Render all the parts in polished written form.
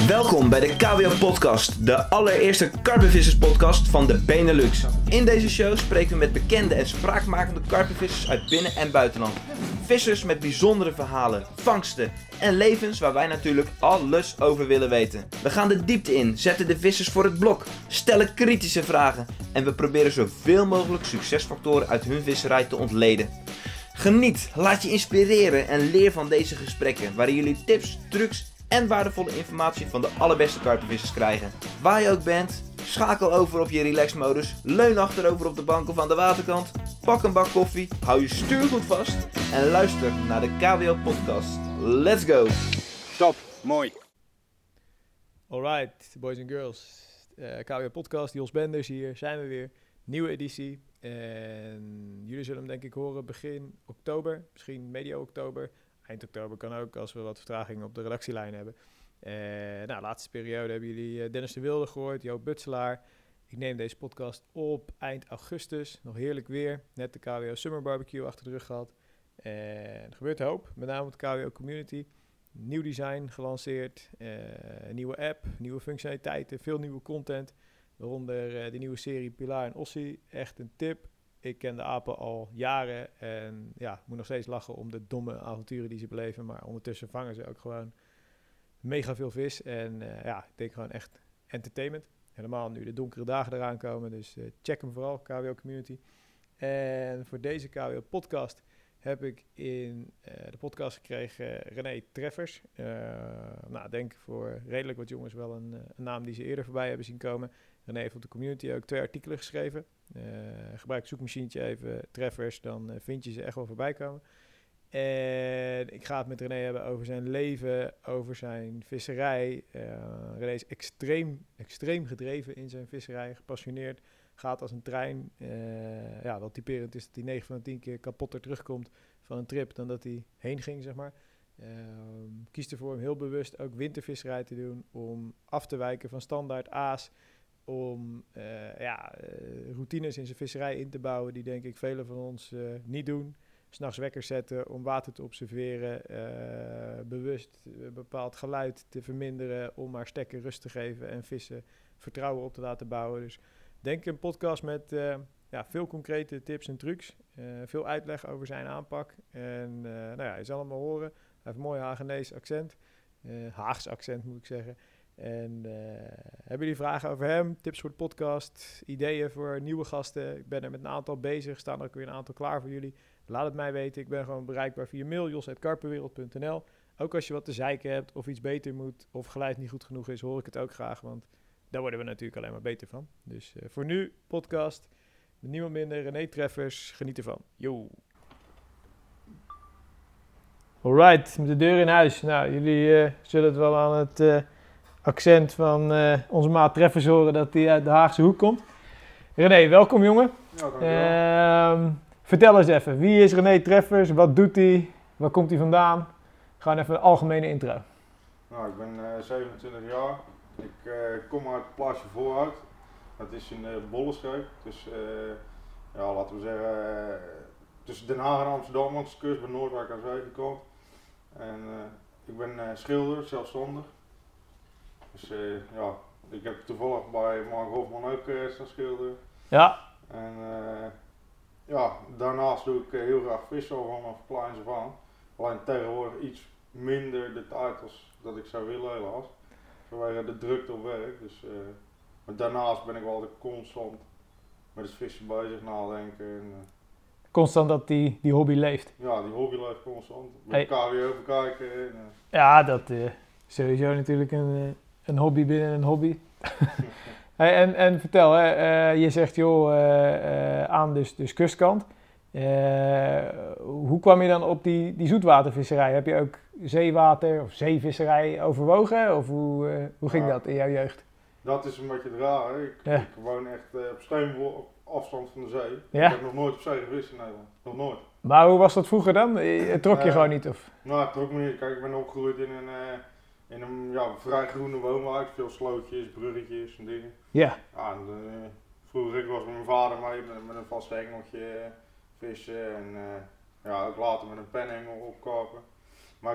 Welkom bij de KWO Podcast, de allereerste karpenvisserspodcast van de Benelux. In deze show spreken we met bekende en spraakmakende karpenvissers uit binnen- en buitenland. Vissers met bijzondere verhalen, vangsten en levens waar wij natuurlijk alles over willen weten. We gaan de diepte in, zetten de vissers voor het blok, stellen kritische vragen en we proberen zoveel mogelijk succesfactoren uit hun visserij te ontleden. Geniet, laat je inspireren en leer van deze gesprekken, waarin jullie tips, trucs en waardevolle informatie van de allerbeste karpenvissers krijgen. Waar je ook bent, schakel over op je relaxmodus, leun achterover op de bank of aan de waterkant, pak een bak koffie, hou je stuurgoed vast en luister naar de KWO Podcast. Let's go! Top, mooi. Alright, boys and girls. KWO Podcast, Jos Benders hier, zijn we weer. Nieuwe editie. En jullie zullen hem denk ik horen begin oktober, misschien medio oktober. Eind oktober kan ook, als we wat vertraging op de redactielijn hebben. Laatste periode hebben jullie Dennis de Wilde gehoord, Joop Butselaar. Ik neem deze podcast op eind augustus. Nog heerlijk weer. Net de KWO Summer Barbecue achter de rug gehad. En er gebeurt een hoop, met name op de KWO Community. Nieuw design gelanceerd, een nieuwe app, nieuwe functionaliteiten, veel nieuwe content. Waaronder de nieuwe serie Pilar en Ossie. Echt een tip. Ik ken de apen al jaren en ja, moet nog steeds lachen om de domme avonturen die ze beleven. Maar ondertussen vangen ze ook gewoon mega veel vis. En ik denk gewoon echt entertainment. Helemaal nu de donkere dagen eraan komen. Dus check hem vooral, KWO Community. En voor deze KWO podcast heb ik in de podcast gekregen René Treffers. Denk voor redelijk wat jongens wel een naam die ze eerder voorbij hebben zien komen. René heeft op de community ook 2 artikelen geschreven. Gebruik het zoekmachientje even Treffers, dan vind je ze echt wel voorbij komen. En ik ga het met René hebben over zijn leven, over zijn visserij. René is extreem gedreven in zijn visserij, gepassioneerd. Gaat als een trein. Wel typerend is dat hij 9 van de 10 keer kapotter terugkomt van een trip dan dat hij heen ging, zeg maar. Kiest ervoor om heel bewust ook wintervisserij te doen, om af te wijken van standaard aas, om routines in zijn visserij in te bouwen die denk ik velen van ons niet doen. 's Nachts wekkers zetten om water te observeren, bewust bepaald geluid te verminderen om maar stekken rust te geven en vissen vertrouwen op te laten bouwen. Dus denk een podcast met veel concrete tips en trucs, veel uitleg over zijn aanpak. En je zal hem maar horen. Hij heeft een mooi Hagenees accent, Haags accent moet ik zeggen. En hebben jullie vragen over hem, tips voor de podcast, ideeën voor nieuwe gasten? Ik ben er met een aantal bezig, staan er ook weer een aantal klaar voor jullie. Laat het mij weten, ik ben gewoon bereikbaar via mail, jos@karpenwereld.nl. Ook als je wat te zeiken hebt of iets beter moet of geluid niet goed genoeg is, hoor ik het ook graag, want daar worden we natuurlijk alleen maar beter van. Dus voor nu, podcast, met niemand minder, René Treffers, geniet ervan. Yo! Alright, met de deur in huis. Nou, jullie zullen het wel aan het accent van onze maat Treffers horen dat hij uit de Haagse hoek komt. René, welkom jongen. Ja, dankjewel. Vertel eens even, wie is René Treffers? Wat doet hij? Waar komt hij vandaan? Gewoon even een algemene intro. Nou, ik ben 27 jaar. Ik kom uit het plaatsje Voorhout. Dat is in Bollenstreek. Dus laten we zeggen tussen Den Haag en Amsterdam, langs de kust bij Noordwijk aan de kant. En ik ben schilder, zelfstandig. Dus ik heb toevallig bij Mark Hofman ook staan schilderen. Ja. En daarnaast doe ik heel graag vissen al vanaf kleins af aan. Alleen tegenwoordig iets minder de tijd als dat ik zou willen helaas. Vanwege de drukte op werk. Dus, maar daarnaast ben ik wel altijd constant met het vissen bezig, nadenken. En, constant dat die hobby leeft. Ja, die hobby leeft constant. Met KWO bekijken. Ja, dat is sowieso natuurlijk een hobby binnen een hobby. Hey, en vertel, je zegt aan dus kustkant. Hoe kwam je dan op die zoetwatervisserij? Heb je ook zeewater of zeevisserij overwogen? Of hoe ging dat in jouw jeugd? Dat is een beetje het raar. Ik woon echt op steenworp afstand van de zee. Ja? Ik heb nog nooit op zee gevist in Nederland. Nog nooit. Maar hoe was dat vroeger dan? Trok je gewoon niet? Of? Nou, het trok me niet. Kijk, ik ben opgegroeid in een vrij groene woonwijk. Veel slootjes, bruggetjes en dingen. Ja. Vroeger ging ik was met mijn vader mee met een vast hengeltje vissen. En ook later met een penhengel opkapen. Maar ik heb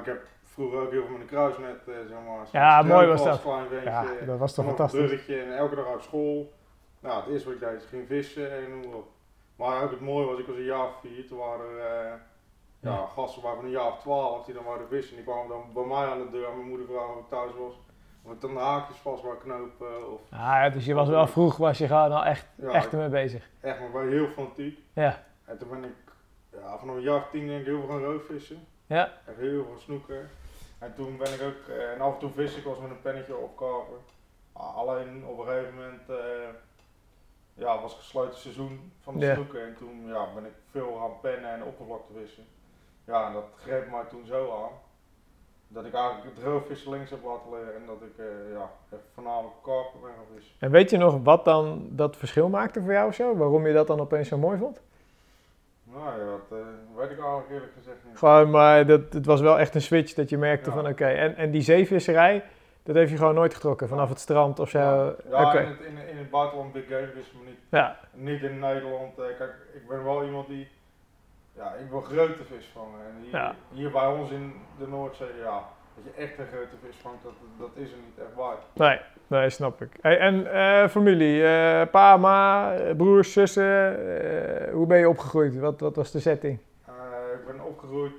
vroeger ook heel veel met een kruisnet, zeg maar. Ja, mooi was dat. Klein ventje, Ja, dat was toch vanaf fantastisch. een bruggetje en elke dag uit school. Nou, het eerste wat ik deed is ging vissen en noem maar op. Maar ook het mooie was, ik was een jaar of 4, toen waren er gasten waren van een jaar of 12 die dan waren vissen. Die kwamen dan bij mij aan de deur, mijn moedervrouw ook thuis was. Of ik dan de haakjes vast wou knopen. Of, Dus je was wel vroeg, was je gewoon al echt ermee bezig. Echt, maar wel heel fanatiek. Ja. En toen ben ik vanaf een jaar of 10 denk ik heel veel gaan roofvissen. Ja. Echt heel veel snoeken. En toen ben ik ook, en af en toe vis ik was met een pennetje opkarpen. Alleen op een gegeven moment was het gesloten seizoen van de snoeken. En toen ben ik veel gaan pennen en oppervlakte vissen. Ja, en dat greep mij toen zo aan. Dat ik eigenlijk het roofvissen links heb laten liggen en dat ik voornamelijk karpen ben gaan vissen. En weet je nog wat dan dat verschil maakte voor jou of zo? Waarom je dat dan opeens zo mooi vond? Nou ja, dat weet ik eigenlijk eerlijk gezegd niet. Gewoon, maar het was wel echt een switch dat je merkte van oké. En die zeevisserij, dat heeft je gewoon nooit getrokken vanaf het strand of zo? Ja, in het buitenland big game vissen, maar niet, niet in Nederland. Kijk, ik ben wel iemand die, ik wil grote vis vangen. En hier bij ons in de Noordzee, dat je echt een grote vis vangt, dat is er niet echt bij. Nee, snap ik. Hey, en familie, pa, ma, broers, zussen, hoe ben je opgegroeid? Wat was de setting? Ik ben opgegroeid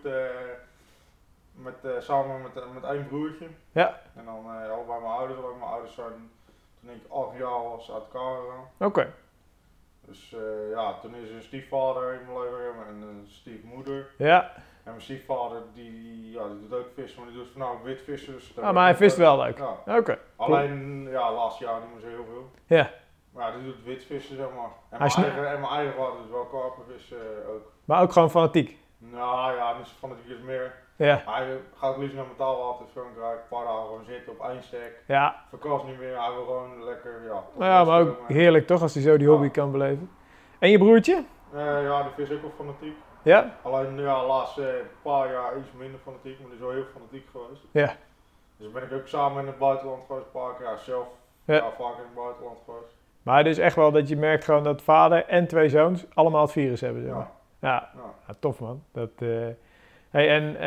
samen met één broertje. Ja. En dan allebei mijn ouders. Mijn ouders zijn toen ik 8 jaar was uit elkaar gegaan. Oké. Dus toen is er een stiefvader in mijn leven en een stiefmoeder. Ja. En mijn stiefvader die doet ook vissen, maar die doet voornamelijk witvissen. Dus maar hij vist wel leuk. Ja. Oké. Alleen, laatste jaar niet meer zo heel veel. Ja. Maar die doet witvissen, zeg maar. En mijn eigen vader doet wel karpenvissen ook. Maar ook gewoon fanatiek? Nou ja, niet zo fanatiek is meer. Ja. Hij gaat liefst naar metaalwater in Frankrijk, een paar dagen gewoon zitten op één stek. Ja. Verkast niet meer, hij wil gewoon lekker, maar ook heerlijk toch, als hij zo die hobby kan beleven. En je broertje? Die vis ook wel fanatiek. Ja? Alleen de laatste paar jaar iets minder fanatiek, maar die is wel heel fanatiek geweest. Ja. Dus ben ik ook samen in het buitenland geweest, een paar keer. Zelf vaak in het buitenland geweest. Maar dus echt wel dat je merkt gewoon dat vader en 2 zoons allemaal het virus hebben, zeg maar. Ja, tof man. Hey,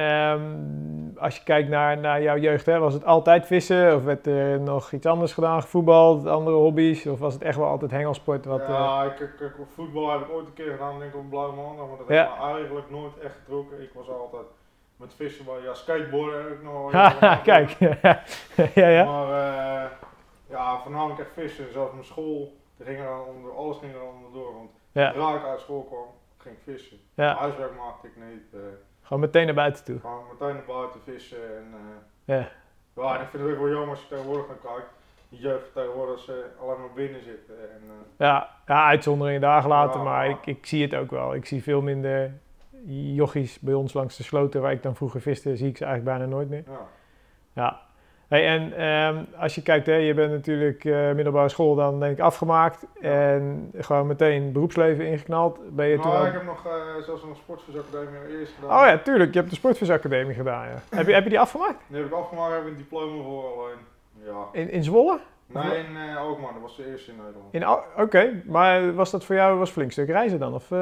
en als je kijkt naar jouw jeugd, was het altijd vissen? Of werd er nog iets anders gedaan, gevoetbald, andere hobby's? Of was het echt wel altijd hengelsport? Voetbal heb ik ooit een keer gedaan, denk ik op Blauwe Maandag. Maar dat heeft me eigenlijk nooit echt getrokken. Ik was altijd met vissen bij, skateboarden heb ik nog wel. Kijk. ja. Maar voornamelijk echt vissen. Zelfs mijn school, alles ging er onderdoor. Want zodra ik uit school kwam, ging ik vissen. Huiswerk maakte ik niet. Gewoon meteen naar buiten toe? Gewoon meteen naar buiten vissen. En ik vind het ook wel jammer als je tegenwoordig naar kijkt. Die jeugd tegenwoordig ze alleen maar binnen zitten. Uitzonderingen daar gelaten, maar ik zie het ook wel. Ik zie veel minder jochies bij ons langs de sloten waar ik dan vroeger viste, zie ik ze eigenlijk bijna nooit meer. Ja. Hey, en als je kijkt, je bent natuurlijk middelbare school dan denk ik afgemaakt en gewoon meteen beroepsleven ingeknald. Ben je toen ik heb nog zelfs een sportvisacademie eerst gedaan. Oh ja, tuurlijk. Je hebt de sportvisacademie gedaan, ja. heb je die afgemaakt? Die heb ik afgemaakt, heb ik een diploma voor alleen. Ja. In Zwolle? Nee, in Alkmaar, dat was de eerste in Nederland. Oké, maar was dat voor jou een flink stuk reizen dan? Of,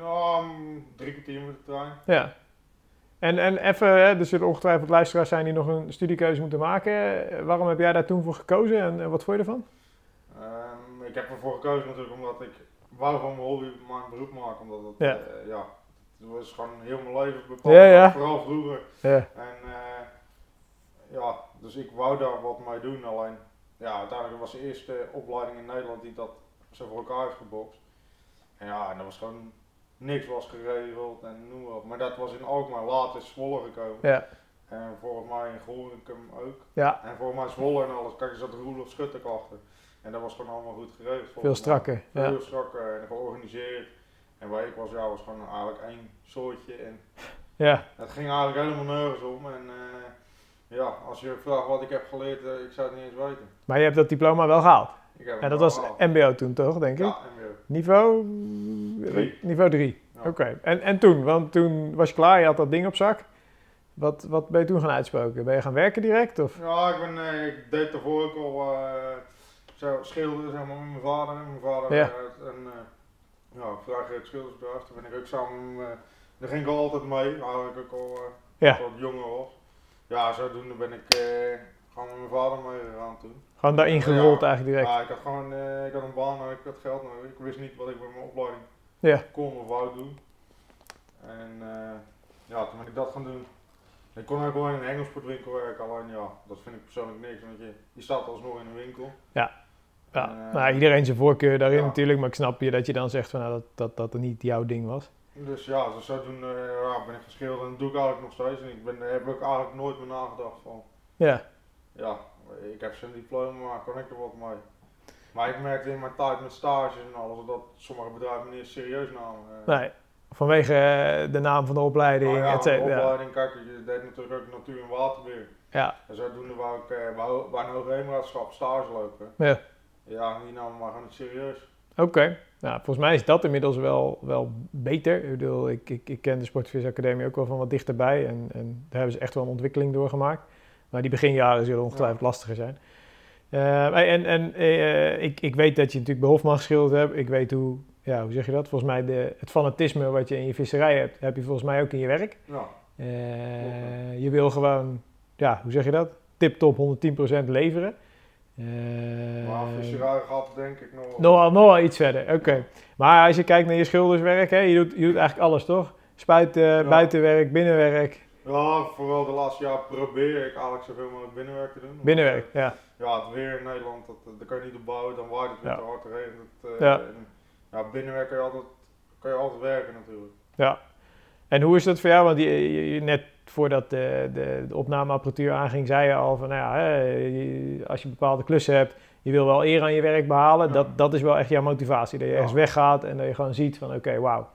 3 kwartier met de trein. Ja. En even, er zullen ongetwijfeld luisteraars zijn die nog een studiekeuze moeten maken. Waarom heb jij daar toen voor gekozen en wat vond je ervan? Ik heb ervoor gekozen natuurlijk omdat ik wou van mijn hobby mijn beroep maken. Omdat het, het was gewoon heel mijn leven bepaald, vooral vroeger. Ja. En dus ik wou daar wat mee doen. Alleen, uiteindelijk was de eerste opleiding in Nederland die dat zo voor elkaar heeft gebokst. En dat was gewoon... Niks was geregeld en noem maar op. Maar dat was in Alkmaar, later is Zwolle gekomen. Ja. En volgens mij in Gorinchem ook. Ja. En volgens mij Zwolle en alles. Kijk, er zat Roelof Schuttek achter. En dat was gewoon allemaal goed geregeld. Veel strakker. Veel strakker en georganiseerd. En waar ik was, was gewoon eigenlijk één soortje. En het ging eigenlijk helemaal nergens om. En als je vraagt wat ik heb geleerd, ik zou het niet eens weten. Maar je hebt dat diploma wel gehaald? Dat was gehaald. MBO toen toch, denk ik? Ja, MBO. Niveau 3. Ja. Oké. En toen? Want toen was je klaar, je had dat ding op zak. Wat ben je toen gaan uitspoken? Ben je gaan werken direct? Of? Ja, ik deed daarvoor ook al schilderen zeg maar, met mijn vader. Mijn vader vrij groot schildersbedrijf. Daar ben ik ook samen, daar ging ik al altijd mee, eigenlijk ook al wat jonger was. Ja, zodoende ben ik gewoon met mijn vader meegegaan toen. Gewoon daarin gerold eigenlijk direct. Ja, ik had een baan nodig, ik had geld nodig. Ik wist niet wat ik met mijn opleiding Ja. kon of wou doen. En toen ben ik dat gaan doen. Ik kon ook wel in een hengelsportwinkel werken, alleen dat vind ik persoonlijk niks, want je staat alsnog in een winkel. Ja. Ja, En, nou, iedereen zijn voorkeur daarin natuurlijk, maar ik snap je dat je dan zegt van, nou, dat er niet jouw ding was. Dus zodoende ben ik geschilderd en dat doe ik eigenlijk nog steeds. En daar heb ik eigenlijk nooit meer nagedacht van, Ja, ik heb zo'n diploma, maar kan ik er wat mee? Maar ik merkte in mijn tijd met stages en alles dat sommige bedrijven me niet serieus namen. nee, vanwege de naam van de opleiding, et cetera. De opleiding, kijk, je deed natuurlijk ook natuur- en waterbeheer. Ja. En zodoende wou ik bij een hoogheemraadschap stage lopen. Ja. Ja, die namen maar gewoon niet serieus. Oké. Nou, volgens mij is dat inmiddels wel beter. Ik bedoel, ik ken de Sportvisacademie ook wel van wat dichterbij en daar hebben ze echt wel een ontwikkeling doorgemaakt. Maar die beginjaren zullen ongetwijfeld lastiger zijn. Ik weet dat je natuurlijk bij Hofman geschilderd hebt. Ik weet hoe zeg je dat? Volgens mij het fanatisme wat je in je visserij hebt, heb je volgens mij ook in je werk. Ja. Je wil gewoon, hoe zeg je dat? Tip-top 110% leveren. Maar visserij gaat denk ik nog wel iets verder, oké. Maar als je kijkt naar je schilderswerk, hè, je doet eigenlijk alles toch? Spuiten, buitenwerk, binnenwerk. Ja, vooral de laatste jaar probeer ik eigenlijk zoveel mogelijk binnenwerk te doen. Binnenwerk, ja. Ja, het weer in Nederland, daar kan je niet op bouwen, dan waait het weer te hard, regent het. Binnenwerk kan je altijd werken natuurlijk. Ja. En hoe is dat voor jou? Want je net voordat de opnameapparatuur aanging, zei je al van, als je bepaalde klussen hebt, je wil wel eer aan je werk behalen. Ja. Dat is wel echt jouw motivatie. Dat je ergens weggaat en dat je gewoon ziet van, oké, wauw.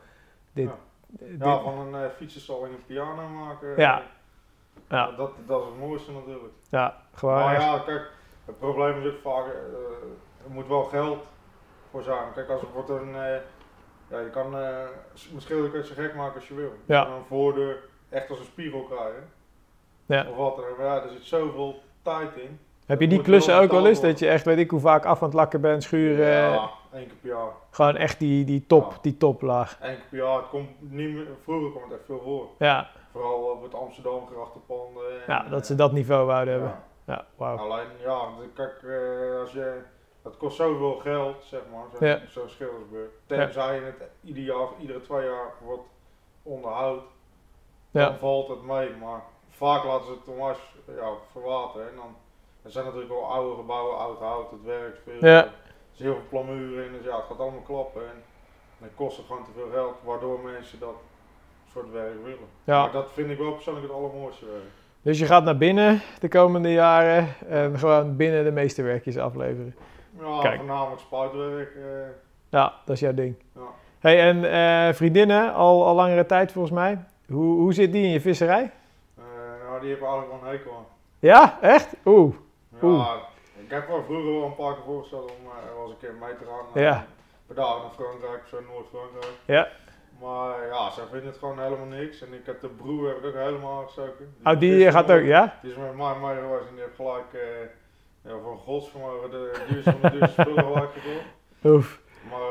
Van een fietsenstalling een piano maken. Ja. Dat is het mooiste natuurlijk. Ja, gewoon maar kijk, het probleem is ook vaak, er moet wel geld voor zijn. Kijk, als er wordt je kan met schilderen zo gek maken als je wil. Je kan een voordeur echt als een spiegel krijgen. Ja. Of wat dan ook. Ja, er zit zoveel tijd in. Heb je die klussen ook wel eens? Dat je echt, weet ik hoe vaak af aan het lakken bent, schuren? Ja, 1 keer per jaar. Gewoon echt die toplaag. 1 keer per jaar. Het komt niet meer, vroeger kwam het echt veel voor. Ja. Vooral op het Amsterdam grachtenpanden. Dat ze dat niveau wouden hebben. Ja, wauw. Alleen, kijk, het kost zoveel geld, zeg maar, zo'n schildersbeurt. Tenzij je het iedere 2 jaar wordt onderhoudt, dan valt het mee. Maar vaak laten ze het onwijs verwateren. En dan er zijn natuurlijk wel oude gebouwen, oud hout, het werkt veel. Er is heel veel plamuren in, dus het gaat allemaal klappen. En dan kost het gewoon te veel geld, waardoor mensen dat soort werk willen. Ja. Maar dat vind ik wel persoonlijk het allermooiste werk. Dus je gaat naar binnen de komende jaren en gewoon binnen de meeste werkjes afleveren? Ja, voornamelijk spuitwerk. Ja, dat is jouw ding. Ja. Hey, en vriendinnen, al langere tijd volgens mij. Hoe zit die in je visserij? Die hebben eigenlijk wel een hekel aan. Ja, echt? Oeh. Ja, ik heb wel vroeger wel een paar keer voorgesteld om wel eens een keer mee te gaan. Per dag naar Frankrijk, zo Noord-Frankrijk. Ja. Maar zij vinden het gewoon helemaal niks. En ik heb de broer heb ik ook helemaal aangestoken. Die gaat ook, ja? Die is met mij mee geweest en die heeft gelijk voor een godsvermogen de duurste van de duurste spullen gelijk gekocht. Oef.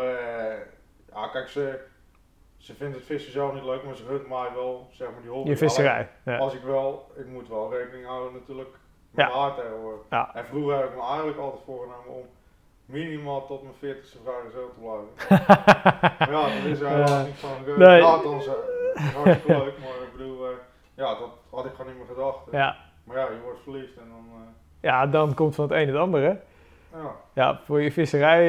Maar kijk, ze vindt het vissen zelf niet leuk, maar ze gunt mij wel, zeg maar, die hobby. Je visserij. Ja. Ik moet wel rekening houden natuurlijk met haar tegenwoordig. Ja. En vroeger heb ik me eigenlijk altijd voorgenomen om minimaal tot mijn 40ste vrijgezel te blijven. Maar dat is er helaas niet van gebeurd. Nee. Dan is hartstikke leuk, maar ik bedoel, dat had ik gewoon niet meer gedacht. Ja. Maar je wordt verliefd en dan... dan komt van het een het andere. Ja, voor je visserij,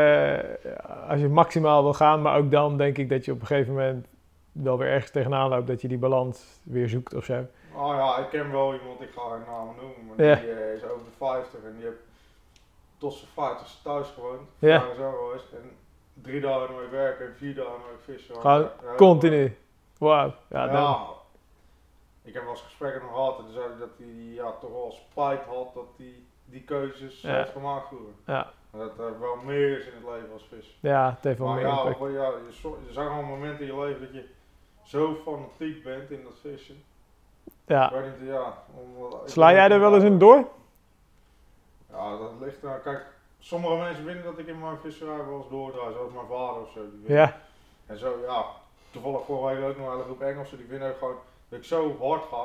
als je maximaal wil gaan, maar ook dan denk ik dat je op een gegeven moment wel weer ergens tegenaan loopt dat je die balans weer zoekt of zo. Ik ken wel iemand, ik ga haar namen noemen, maar die is over de 50 en die heeft tot zijn 50 thuis gewoond, zo geweest en 3 dagen nooit werken en 4 dagen nooit vissen. Gewoon continu. Wauw. Ik heb wel eens gesprekken nog gehad en toen zei hij dat hij toch wel spijt had dat hij die keuzes heeft gemaakt vroeger. Ja. Dat er wel meer is in het leven als vis. Ja, het heeft wel meer impact. Er zijn gewoon momenten in je leven dat je zo fanatiek bent in dat vissen. Ja. Ik weet niet, Sla jij er wel eens in door? Ja, dat ligt er. Kijk, sommige mensen vinden dat ik in mijn visserij wel eens doordraai, zoals mijn vader of zo. En zo, toevallig vorige week ook nog een hele groep Engelsen, die vinden ook gewoon dat ik zo hard ga,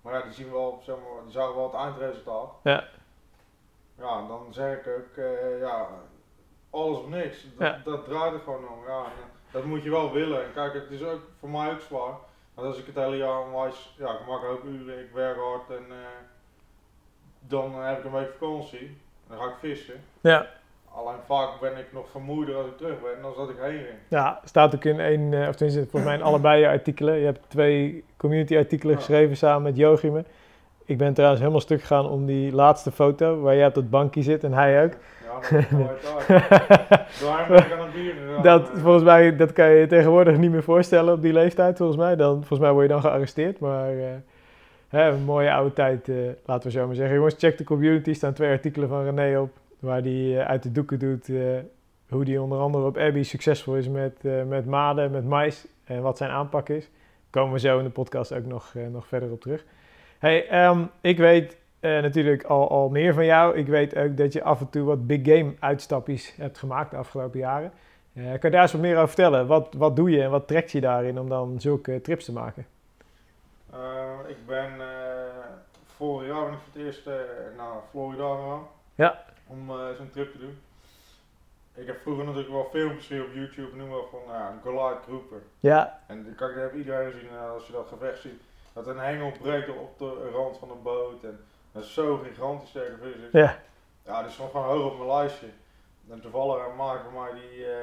Maar ja, die zien wel, zeg maar, die zagen wel het eindresultaat. Ja. Ja, en dan zeg ik ook, ja, alles of niks. Dat draait er gewoon om. Ja, dat moet je wel willen. En kijk, het is ook voor mij ook zwaar. Want als ik het hele jaar onwijs, ja, ik maak ook uren, ik werk hard en dan heb ik een week vakantie. En dan ga ik vissen. Ja. Alleen vaak ben ik nog vermoeider als ik terug ben dan dat ik heen ging. Ja, staat ook in één, of tenminste volgens mij in allebei je artikelen. Je hebt 2 community artikelen geschreven samen met Joachim. Ik ben trouwens helemaal stuk gegaan om die laatste foto waar jij op dat bankje zit en hij ook. Ja, dat is mooi tijd. Daarom ben ik aan het bieren. Volgens mij, dat kan je je tegenwoordig niet meer voorstellen op die leeftijd volgens mij. Volgens mij word je dan gearresteerd, maar een mooie oude tijd, laten we zo maar zeggen. Jongens, check de community, staan 2 artikelen van René op, waar hij uit de doeken doet hoe hij onder andere op Abbey succesvol is met maden, met mais en wat zijn aanpak is. Daar komen we zo in de podcast ook nog verder op terug. Hey, ik weet natuurlijk al meer van jou. Ik weet ook dat je af en toe wat big game uitstapjes hebt gemaakt de afgelopen jaren. Kan je daar eens wat meer over vertellen? Wat doe je en wat trekt je daarin om dan zulke trips te maken? Ik ben vorig jaar ben ik voor het eerst naar Florida gegaan. Ja. Om zo'n trip te doen. Ik heb vroeger natuurlijk wel filmpjes hier op YouTube, noem maar van een Goliath Grouper. Ja. En kijk, dat heeft iedereen gezien als je dat gevecht ziet. Dat een hengel breekt op de rand van een boot en dat is zo gigantisch sterke vis is. Ja. Ja, die stond gewoon hoog op mijn lijstje. En toevallig een maat van mij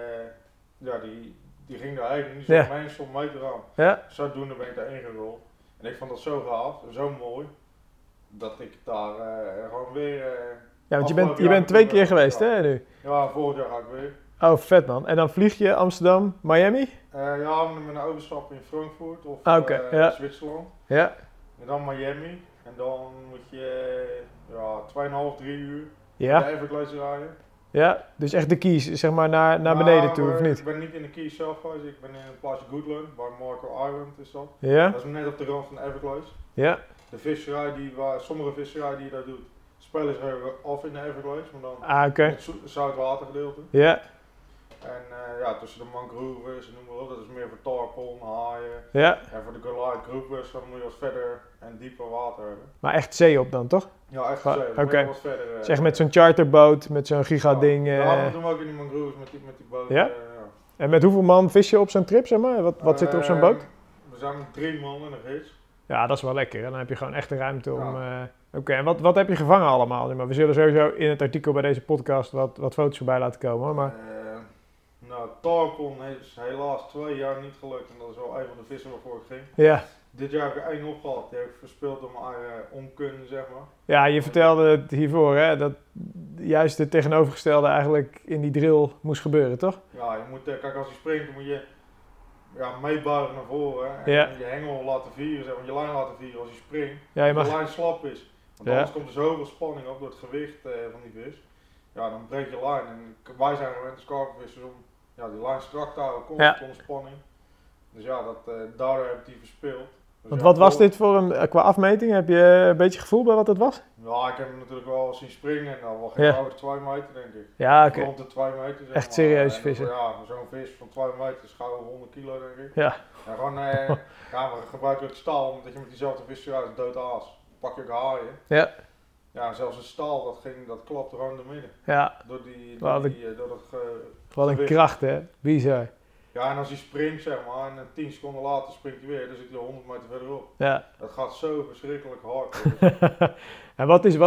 die ging daarheen en die stond mij eens op meter aan. Ja. Zodoende ben ik daarin gerold. En ik vond dat zo gaaf en zo mooi, dat ik daar gewoon weer... ja, want je bent 2 keer geweest hè nu? Ja, vorig jaar ga ik weer. Oh, vet man. En dan vlieg je Amsterdam, Miami? Ja, met een overstap in Frankfurt of Zwitserland. Ja. En dan Miami. En dan moet je 2,5, 3 uur ja. de Everglades rijden. Ja, dus echt de Keys, zeg maar naar beneden toe, of niet? Ik ben niet in de Keys zelf geweest, ik ben in een plaatsje Goodland, bij Marco Island is dat. Ja. Dat is net op de rand van de Everglades. Ja. De visserij sommige visserij die je daar doet, spelen ze af in de Everglades, maar dan het zoutwatergedeelte. Ja. En tussen de mangroves en noem maar op, dat is meer voor tarpon, haaien. Ja. En voor de Goliath groupers, dan moet je wat verder en dieper water hebben. Maar echt zee op dan, toch? Ja, echt zee. Oké. Wat verder. Dus echt met zo'n charterboot, met zo'n giga-ding. Ja, dat doen we ook in die mangroves met die boot. Ja? En met hoeveel man vis je op zo'n trip, zeg maar? Wat zit er op zo'n boot? We zijn met 3 man en een gids. Ja, dat is wel lekker. En dan heb je gewoon echt de ruimte om... Oké, en wat heb je gevangen allemaal? Maar we zullen sowieso in het artikel bij deze podcast wat foto's voorbij laten komen. Maar... tarpon is helaas 2 jaar niet gelukt. En dat is wel een van de vissen waarvoor ik ging. Ja. Dit jaar heb ik 1 opgehad. Die heb ik verspeeld door mijn eigen onkunde, zeg maar. Ja, je vertelde het hiervoor, hè? Dat juist het tegenovergestelde eigenlijk in die drill moest gebeuren, toch? Ja, je moet, kijk, als je springt, dan moet je meebuigen naar voren. En je hengel laten vieren, zeg maar, je lijn laten vieren als je springt. Ja, je mag... de lijn slap is. Want anders komt er zoveel spanning op door het gewicht van die vis. Ja, dan breekt je lijn. En wij zijn gewend als karpervissers om die lijn strak te houden, constant spanning. Dus ja, daardoor heb ik die verspeeld. Dus want wat was dit voor qua afmeting? Heb je een beetje gevoel bij wat het was? Ja, ik heb hem natuurlijk wel zien springen en dan wel geen over 2 meter, denk ik. Ja, oké. Rond de 2 meter. Zeg echt serieus vissen. Ja, zo'n vis van 2 meter is gauw 100 kilo, denk ik. Ja. En gewoon, we gebruiken ook staal, omdat je met diezelfde visserij als doodaas pak je ook haaien. Ja. Ja, zelfs een staal, dat klapt er gewoon door midden. Ja. Door dat wat een kracht, hè? Bizar. Ja, en als hij springt, zeg maar, en 10 seconden later springt hij weer, dan zit hij 100 meter verderop. Ja. Dat gaat zo verschrikkelijk hard. En wat is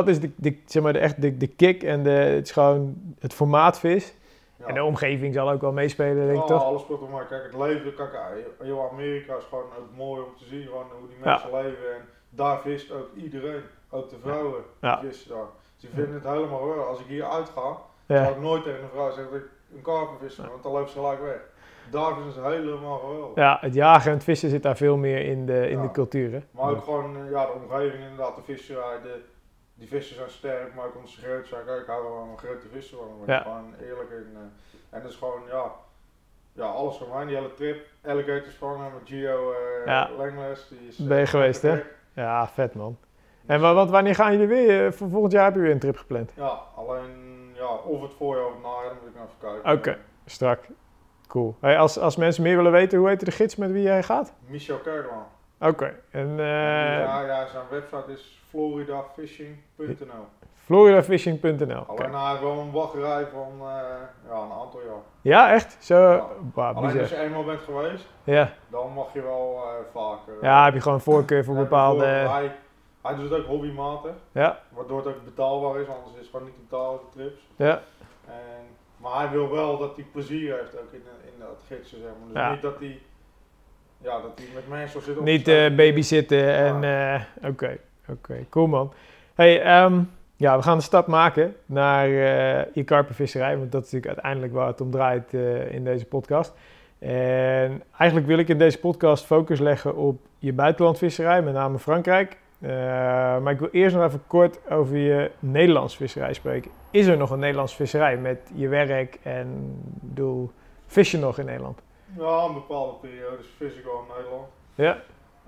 de kick en het is gewoon het formaat vis? Ja. En de omgeving zal ook wel meespelen, denk ik, toch? Ja, alles speelt om mij. Kijk, het leven, heel Amerika is gewoon ook mooi om te zien, gewoon hoe die mensen leven. En daar vist ook iedereen, ook de vrouwen, vissen daar. Dus die vinden het helemaal geweldig. Als ik hier uitga, zou ik nooit tegen een vrouw zeggen dat ik een karper vissen, want dan loopt ze gelijk weg. Daar vinden ze helemaal geweldig. Ja, het jagen en het vissen zit daar veel meer in de cultuur, hè? Maar ook gewoon, de omgeving inderdaad, de visserij, die vissen zijn sterk, maar ook omdat ze groot zijn. Kijk, ik hou wel een grote vissen, want ik ben gewoon eerlijk in. En dat is gewoon, alles voor mij, die hele trip. Alligators vangen met Gio Langles. Die is, ben je geweest, hè? Ja, vet man. En wanneer gaan jullie weer? Voor volgend jaar heb je weer een trip gepland? Ja, alleen, of het voorjaar of het najaar, dan moet ik nog even kijken. Oké, strak. Cool. Hey, als mensen meer willen weten, hoe heet de gids met wie jij gaat? Michel Kerkman. Oké. En zijn website is floridafishing.nl. floridafishing.nl. Alleen hij heeft wel een wachtrij van een aantal jaar. Ja, echt? Zo, Ja. bah, Alleen bizar. als je eenmaal bent geweest, Ja. dan mag je wel vaker. Ja, heb je gewoon voorkeur voor bepaalde... Hij doet het ook hobbymatig, Ja, waardoor het ook betaalbaar is, anders is het gewoon niet betaalde trips. ja, Maar hij wil wel dat hij plezier heeft ook in dat gidsen, zeg maar. Dus Ja. niet dat hij, dat hij met mensen zit op niet te staan. babysitten en... Oké, cool man. Hey, we gaan de stap maken naar je karpenvisserij, want dat is natuurlijk uiteindelijk waar het om draait in deze podcast. En eigenlijk wil ik in deze podcast focus leggen op je buitenlandvisserij, met name Frankrijk. Maar ik wil eerst nog even kort over je Nederlandse visserij spreken. Is er nog een Nederlandse visserij met je werk en vis je nog in Nederland? Ja, een bepaalde periodes vis ik wel in Nederland. Ja,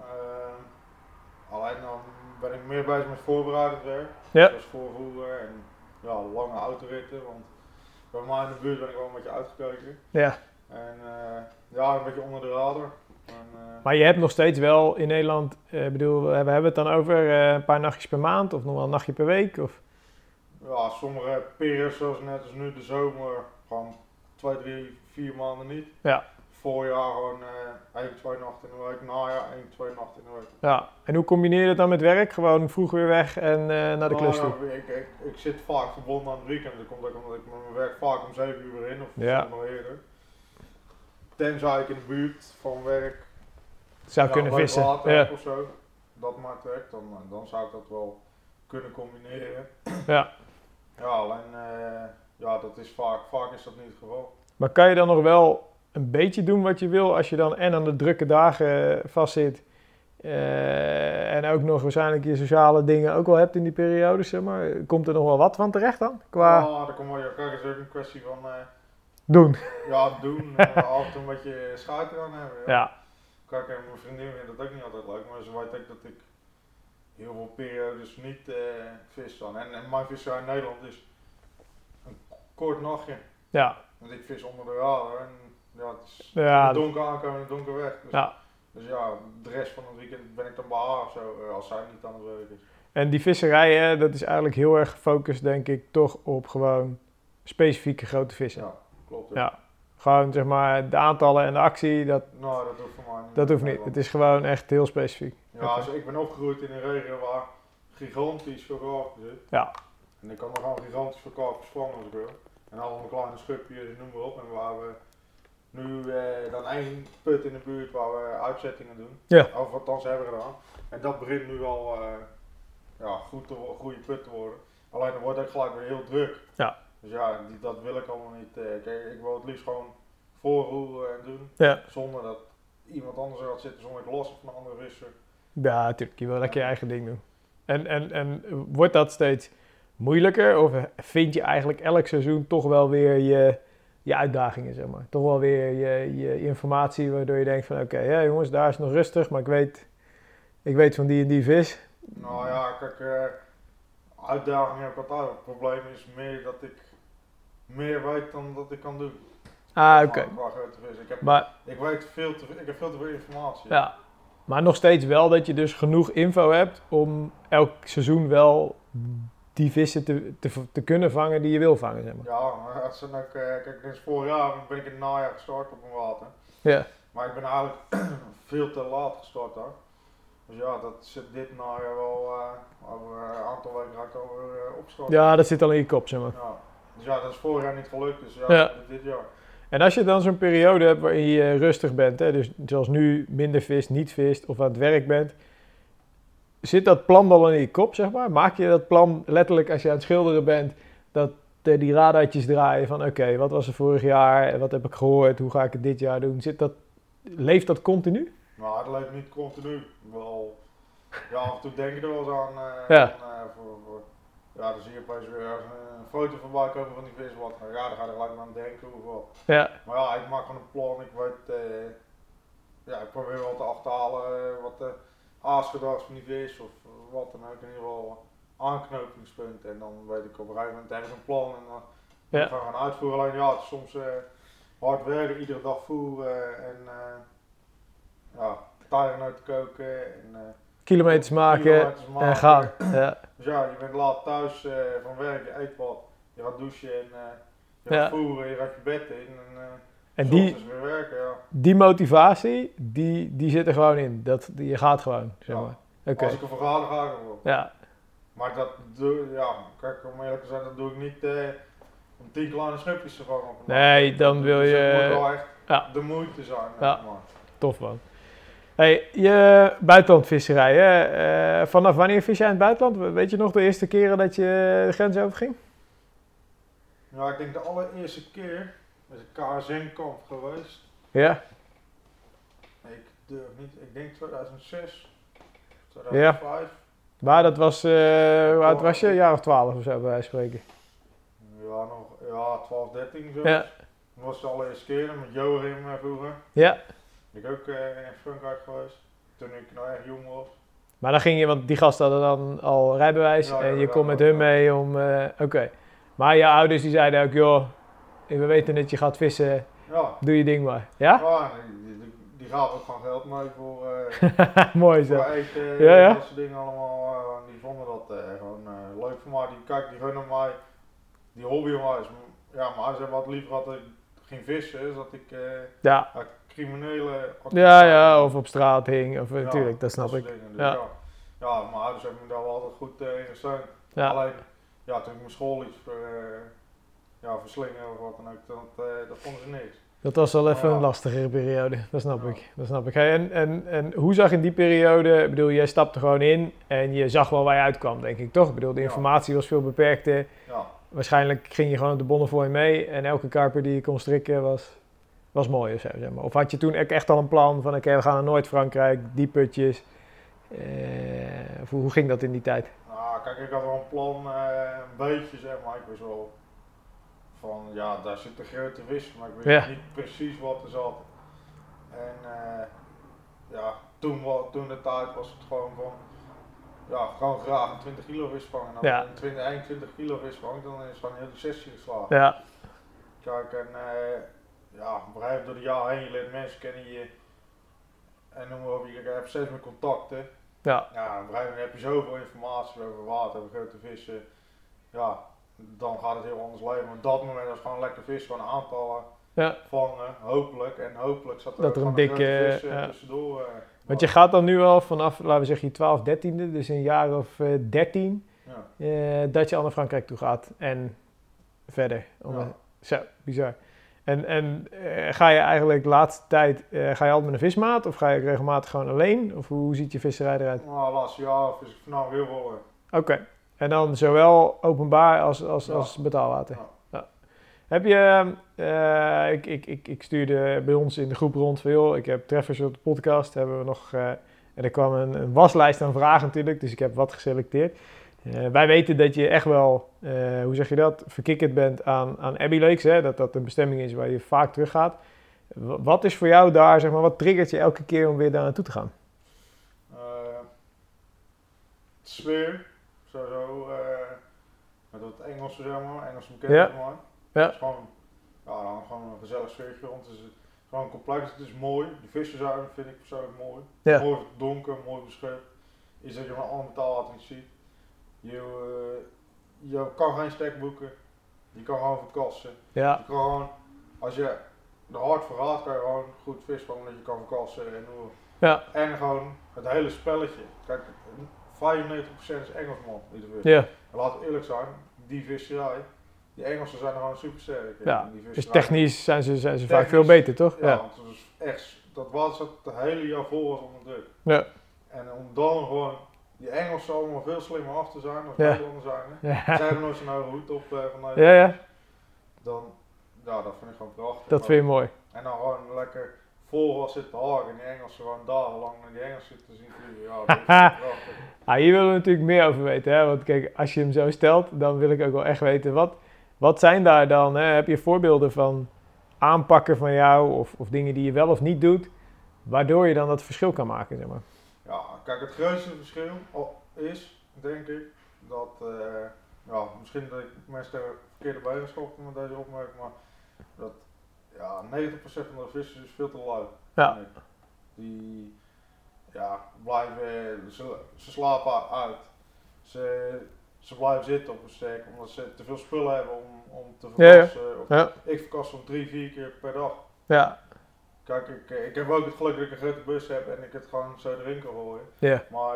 Alleen dan ben ik meer bezig met voorbereidend werk. Ja. Dus voorvoeren en lange autoritten, want bij mij in de buurt ben ik wel een beetje uitgekeken. ja. En een beetje onder de radar. Maar je hebt nog steeds wel in Nederland, we hebben het dan over een paar nachtjes per maand of nog wel een nachtje per week? Of? Ja, sommige periodes zoals net als nu de zomer, gewoon 2, 3, 4 maanden niet. Ja. Voorjaar gewoon 1, 2 nachten in de week, najaar 1, 2 nachten in de week. Ja, en hoe combineer je dat dan met werk? Gewoon vroeg weer weg en naar de klus toe? Ik zit vaak verbonden aan het weekend, dat komt ook omdat ik met mijn werk vaak om 7 uur weer in of soms nog eerder. Tenzij ik in de buurt van werk Zou kunnen leuk vissen. water Ja. heb of zo, dat maakt werk, dan zou ik dat wel kunnen combineren. Ja. Ja, alleen dat is vaak is dat niet het geval. Maar kan je dan nog wel een beetje doen wat je wil als je dan en aan de drukke dagen vastzit en ook nog waarschijnlijk je sociale dingen ook wel hebt in die periode, zeg maar. Komt er nog wel wat van terecht dan? Qua Ja, dat komt wel. Kijk, het is ook een kwestie van doen. doen. Af en toe een beetje schuit eraan hebben. Ja. Kijk, en mijn vriendin vindt dat ook niet altijd leuk, maar ze weet ook dat ik heel veel periodes niet vis dan. En mijn visserij in Nederland is een kort nachtje. Ja. Want ik vis onder de radar en het is Ja, in het donker aankomen en in het donker weg. Dus, Ja. dus de rest van het weekend ben ik dan bij haar of zo, als zij niet aan het werk is. En die visserij, dat is eigenlijk heel erg gefocust, denk ik, toch op gewoon specifieke grote vissen. Ja, klopt. Ja. Gewoon, zeg maar, de aantallen en de actie, dat Nou, dat hoeft voor mij niet. hoeft niet. Het is gewoon echt heel specifiek. Ja, dus ik ben opgegroeid in een regio waar gigantisch veel karpen zit. Ja. En ik kan nog gewoon gigantisch veel karpers vangen als ik wil. En allemaal kleine schupjes, noem maar op. En waar we nu dan 1 put in de buurt waar we uitzettingen doen. Ja. Of althans hebben gedaan. En dat begint nu al goede put te worden. Alleen dan wordt het gelijk weer heel druk. Ja. Dus dat wil ik allemaal niet. Kijk, ik wil het liefst gewoon voorroeren en doen. Ja. Zonder dat iemand anders er gaat zitten, zonder ik los van een andere visser. Ja, natuurlijk. Je wil lekker je eigen ding doen. En wordt dat steeds moeilijker? Of vind je eigenlijk elk seizoen toch wel weer je uitdagingen, zeg maar? Toch wel weer je informatie waardoor je denkt van oké, ja jongens, daar is het nog rustig, maar ik weet van die en die vis. Nou ja, kijk, uitdaging heb ik altijd. Het probleem is meer dat ik meer weet dan dat ik kan doen. Ah, oké. Qua grote vis. Ik heb veel te veel informatie. Ja, maar nog steeds wel dat je dus genoeg info hebt om elk seizoen wel die vissen te kunnen vangen die je wil vangen, zeg maar. Ja, maar het zijn ook, kijk, sinds vorig jaar ben ik in het najaar gestart op mijn water. Ja. Maar ik ben eigenlijk veel te laat gestart daar. Dus ja, dat zit dit najaar wel, over een aantal weken ga ik alweer opstarten. Ja, dat zit al in je kop, zeg maar. Ja. Dus ja, dat is vorig jaar niet gelukt, dus Ja. dit jaar. En als je dan zo'n periode hebt waarin je rustig bent, hè, dus zoals nu minder vist, niet vist of aan het werk bent, zit dat plan al in je kop, zeg maar? Maak je dat plan letterlijk als je aan het schilderen bent, dat die radartjes draaien van oké, wat was er vorig jaar, wat heb ik gehoord, hoe ga ik het dit jaar doen? Leeft dat continu? Nou, het leeft niet continu. Wel, ja, af en toe denk je er wel eens aan. Dan zie je opeens weer een foto voorbij komen van die vis. Dan ga je er gelijk aan denken of wat. Ja. Maar ja, ik maak gewoon een plan. Ik weet, ik probeer wel te achterhalen wat de aasgedrag van die vis of wat dan ook. In ieder geval aanknopingspunten. En dan weet ik op een gegeven moment heb ik een plan en dan gaan we gaan uitvoeren. Alleen ja, het is soms hard werken, iedere dag voeren en tijgernoten koken en Kilometers maken en gaan. Ja. Dus ja, je bent laat thuis van werk, je eet wat, je gaat douchen en je gaat voeren, je gaat je bed in en weer werken. Ja. Die motivatie, die zit er gewoon in. Je gaat gewoon, zeg maar. Okay. Als ik ervoor ga, dan ga ik ervoor. Ja. Maar kijk, om eerlijk te zijn, dat doe ik niet om 10 kleine schupjes te vangen. Nee, dan wil je... Het moet wel echt de moeite zijn. Ja, tof man. Hey, je buitenlandvisserij, hè? Vanaf wanneer vis jij in het buitenland? Weet je nog de eerste keren dat je de grens over ging? Ja, ik denk de allereerste keer is een KSN-kamp geweest. Ja? Ik durf niet, ik denk 2006, 2005. Ja. Maar dat was, hoe oud was je? Een jaar of 12 of zo bij wijze van spreken. Ja, 12, 13 zo. Ja. Dat was de allereerste keer met Joachim vroeger. Ja. Ben ik ook in Frankrijk geweest, toen ik nog echt jong was. Maar dan ging je, want die gasten hadden dan al rijbewijs en je kon met hun mee om... Oké. Maar je ouders die zeiden ook, joh, we weten dat je gaat vissen, doe je ding maar. Ja? Ja, die gaven ook gewoon geld mee voor, mooi zo. voor eten, dat soort dingen allemaal. Die vonden dat gewoon leuk voor mij. Die gunnen mij, die hobby van mij is, ja, maar ze wat liever had ik ging vissen, is dat ik criminele... Ja, of op straat hing, of natuurlijk, dat snap ik. Dus ja, mijn ouders hebben me daar wel altijd goed in gesteund. Ja. Alleen, toen ik mijn school iets verslingen of wat dan ook, dat vonden ze niks. Dat was wel even een lastigere periode, dat snap ik. Hey, en hoe zag in die periode, ik bedoel, jij stapte gewoon in en je zag wel waar je uitkwam, denk ik, toch? Ik bedoel, de informatie was veel beperkter. Ja. Waarschijnlijk ging je gewoon op de Bonnefoy mee en elke karper die je kon strikken was mooi of zo, zeg maar. Of had je toen echt al een plan van, oké, we gaan naar Noord-Frankrijk, die putjes. Hoe ging dat in die tijd? Nou, kijk, ik had wel een plan, een beetje, zeg maar. Ik wist wel van, daar zit de grote vis, maar ik wist niet precies wat er zat. En toen de tijd was het gewoon van, gewoon graag een 20 kilo vis vangen. En als je een 21 kilo vis vangt, dan is het gewoon een hele sessie geslagen. Ja. Kijk, en begrijp door de jaren heen, je leert mensen kennen, en noem maar op, je hebt steeds meer contacten. Ja, op een gegeven moment heb je zoveel informatie over water, over grote vissen. Ja, dan gaat het heel anders leven. Maar op dat moment was gewoon lekker vis, gewoon aantallen vangen, hopelijk. En hopelijk zat er dat er een dikke vis tussendoor. Want je gaat dan nu al vanaf, laten we zeggen, je 12, 13e, dus een jaar of 13, dat je al naar Frankrijk toe gaat en verder. Zo, bizar. En ga je eigenlijk de laatste tijd, ga je altijd met een vismaat of ga je regelmatig gewoon alleen? Of hoe ziet je visserij eruit? Nou, laatste jaar vis ik vanavond heel veel. Oké. En dan zowel openbaar als betaalwater? Ja. Heb je, ik stuurde bij ons in de groep rond van, joh, ik heb treffers op de podcast, hebben we nog, en er kwam een waslijst aan vragen natuurlijk, dus ik heb wat geselecteerd. Wij weten dat je echt wel, hoe zeg je dat, verkikkerd bent aan Abbey Lakes, hè? Dat een bestemming is waar je vaak terug gaat. Wat is voor jou daar, zeg maar, wat triggert je elke keer om weer daar naartoe te gaan? Sfeer, sowieso, met het Engelse, zeg maar, Engelse bekend, zeg maar. Ja. Het is gewoon een gezellig sfeertje rond. Het is gewoon complex, het is mooi. De vissen zijn, vind ik persoonlijk mooi. Ja. Mooi donker, mooi beschut. Iets dat je van alle betaalwater niet ziet. Je kan geen stek boeken. Je kan gewoon verkassen. Ja. Je kan gewoon, als je er hard voor gaat, kan je gewoon goed vis vangen dat je kan verkassen en hoe. Ja. En gewoon het hele spelletje. Kijk, 95% is Engelsman die er vis. Ja. En laten we eerlijk zijn, die visserij, die Engelsen zijn er gewoon super sterk. Ja. Dus technisch zijn ze vaak veel beter, toch? Ja, want het is echt, dat water het hele jaar vol was onder druk. Ja. En om dan gewoon die Engelsen allemaal veel slimmer af te zijn dan Nederlanders zijn. Ja. Zij hebben nooit zo'n hoge hoed op van Nederland. Ja. Dan, dat vind ik gewoon prachtig. Dat vind je mooi. En dan gewoon lekker vol was zitten haken en die Engelsen gewoon dagenlang naar die Engelsen zitten zien. Ja, dat is prachtig. Hier willen we natuurlijk meer over weten. Hè? Want kijk, als je hem zo stelt, dan wil ik ook wel echt weten. Wat zijn daar dan? Hè? Heb je voorbeelden van aanpakken van jou of dingen die je wel of niet doet, waardoor je dan dat verschil kan maken, zeg maar? Ja, kijk, het grootste verschil is, denk ik, dat, misschien dat ik mensen verkeerde bijgeschopt met deze opmerking, maar dat 90% van de vissers is veel te lui. Ja. ze slapen uit. Ze blijven zitten op een stek omdat ze te veel spullen hebben om te verkassen. Ja. Ik verkas zo'n 3-4 keer per dag. Ja. Kijk, ik heb ook het geluk dat ik een grote bus heb en ik het gewoon zo erin kan gooien. Ja. Maar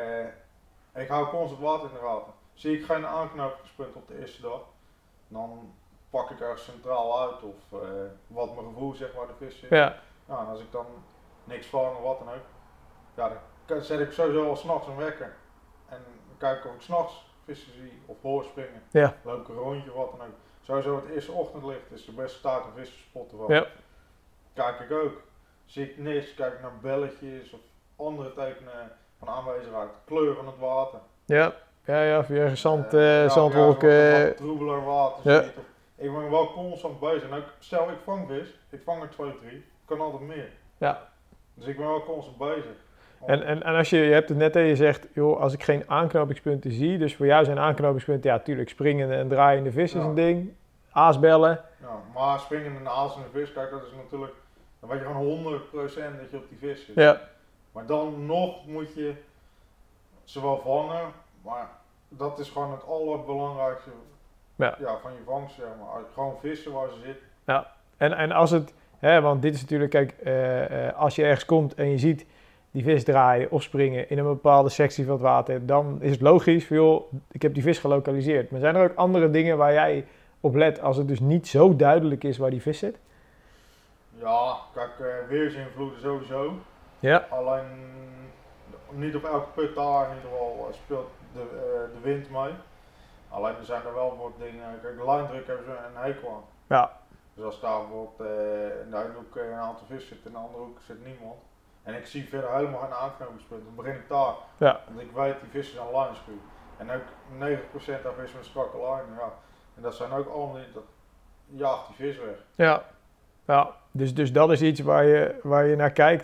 ik hou constant water in de gaten. Zie ik geen aanknopingspunt op de eerste dag, dan pak ik er centraal uit of wat mijn gevoel zeg maar de vis is. Ja. Nou, en als ik dan niks vang of wat dan ook, ja, dan zet ik sowieso al 's nachts een wekker. En dan kijk ik of ik 's nachts vissen zie of hoor springen. Ja. Loop ik een rondje of wat dan ook. Sowieso het eerste ochtendlicht is de beste tijd om vissen te spotten van. Ja. Kijk ik ook. Zie ik niks, kijk ik naar belletjes of andere tekenen van aanwezigheid. Kleur van het water. Ja. Ja, via Zandwolken. zandwolken. Troebeler water. Ja. Ziet, ik ben wel constant bezig. En ook, stel ik vang vis, ik vang er 2, 3, kan altijd meer. Ja. Dus ik ben wel constant bezig. En als je hebt het net en je zegt, joh, als ik geen aanknopingspunten zie, dus voor jou zijn aanknopingspunten, ja, tuurlijk, springende en draaiende vis is een ding, aasbellen. Ja, maar springen en aas en de vis, kijk, dat is natuurlijk, dan weet je gewoon 100% dat je op die vis zit. Ja. Maar dan nog moet je ze wel vangen, maar dat is gewoon het allerbelangrijkste Ja. van je vangst, zeg maar. Gewoon vissen waar ze zitten. Ja, en als het, want dit is natuurlijk, kijk, als je ergens komt en je ziet die vis draaien of springen in een bepaalde sectie van het water, dan is het logisch van, joh, ik heb die vis gelokaliseerd. Maar zijn er ook andere dingen waar jij op let als het dus niet zo duidelijk is waar die vis zit? Ja, kijk, weersinvloeden sowieso. Ja. Alleen niet op elke put daar in ieder geval speelt de wind mee. Alleen er zijn er wel wat dingen, kijk, de lijndruk hebben ze een hekel aan. Ja. Dus als daar bijvoorbeeld in de ene hoek een aantal vis zit, in de andere hoek zit niemand. En ik zie verder helemaal geen aanknopingspunt, dan begin ik daar. Ja. Want ik weet, die vissen zijn lijnspuw. En ook 90% daar vissen met strakke lijnen, ja. En dat zijn ook allemaal niet, dat jaagt die vis weg. Ja. Ja. Dus dat is iets waar je naar kijkt.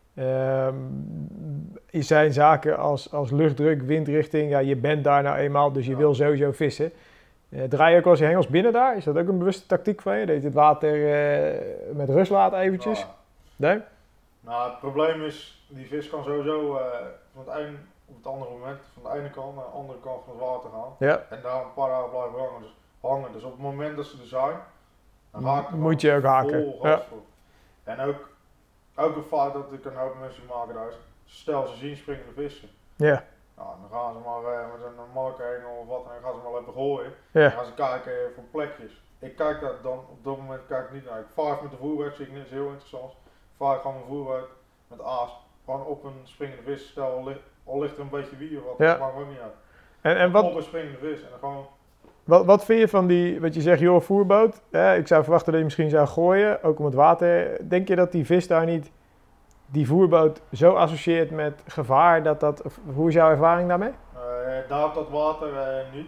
Zijn zaken als luchtdruk, windrichting, ja, je bent daar nou eenmaal, dus je wil sowieso vissen. Draai je ook als je hengels binnen daar? Is dat ook een bewuste tactiek van je? Dat je het water met rust laat eventjes? Ja. Nee? Nou, het probleem is, die vis kan sowieso van het een op het andere moment van de ene kant naar de andere kant van het water gaan. Ja. En daar een paar dagen blijven hangen. Dus op het moment dat ze er zijn, dan ga ik er moet je ook haken. vol gas voor. En ook het feit dat ik een hoop mensen maken daar is, stel ze zien springende vissen. Ja. Nou, dan gaan ze maar met een markerhengel of wat, en dan gaan ze maar even gooien. Ja. Dan gaan ze kijken voor plekjes. Ik kijk dat dan, op dat moment kijk ik niet naar. Ik vaar met de voerwerk, zie ik niks heel interessants. Vaar gewoon mijn voerwerk met aas, gewoon op een springende vis. Stel, al ligt er een beetje wie of wat, dat maakt ook niet uit. En wat, op een springende vis en dan gewoon... Wat vind je van die, wat je zegt, joh, voerboot? Ik zou verwachten dat je misschien zou gooien, ook om het water. Denk je dat die vis daar niet, die voerboot, zo associeert met gevaar? Hoe is jouw ervaring daarmee? Daar op dat water niet.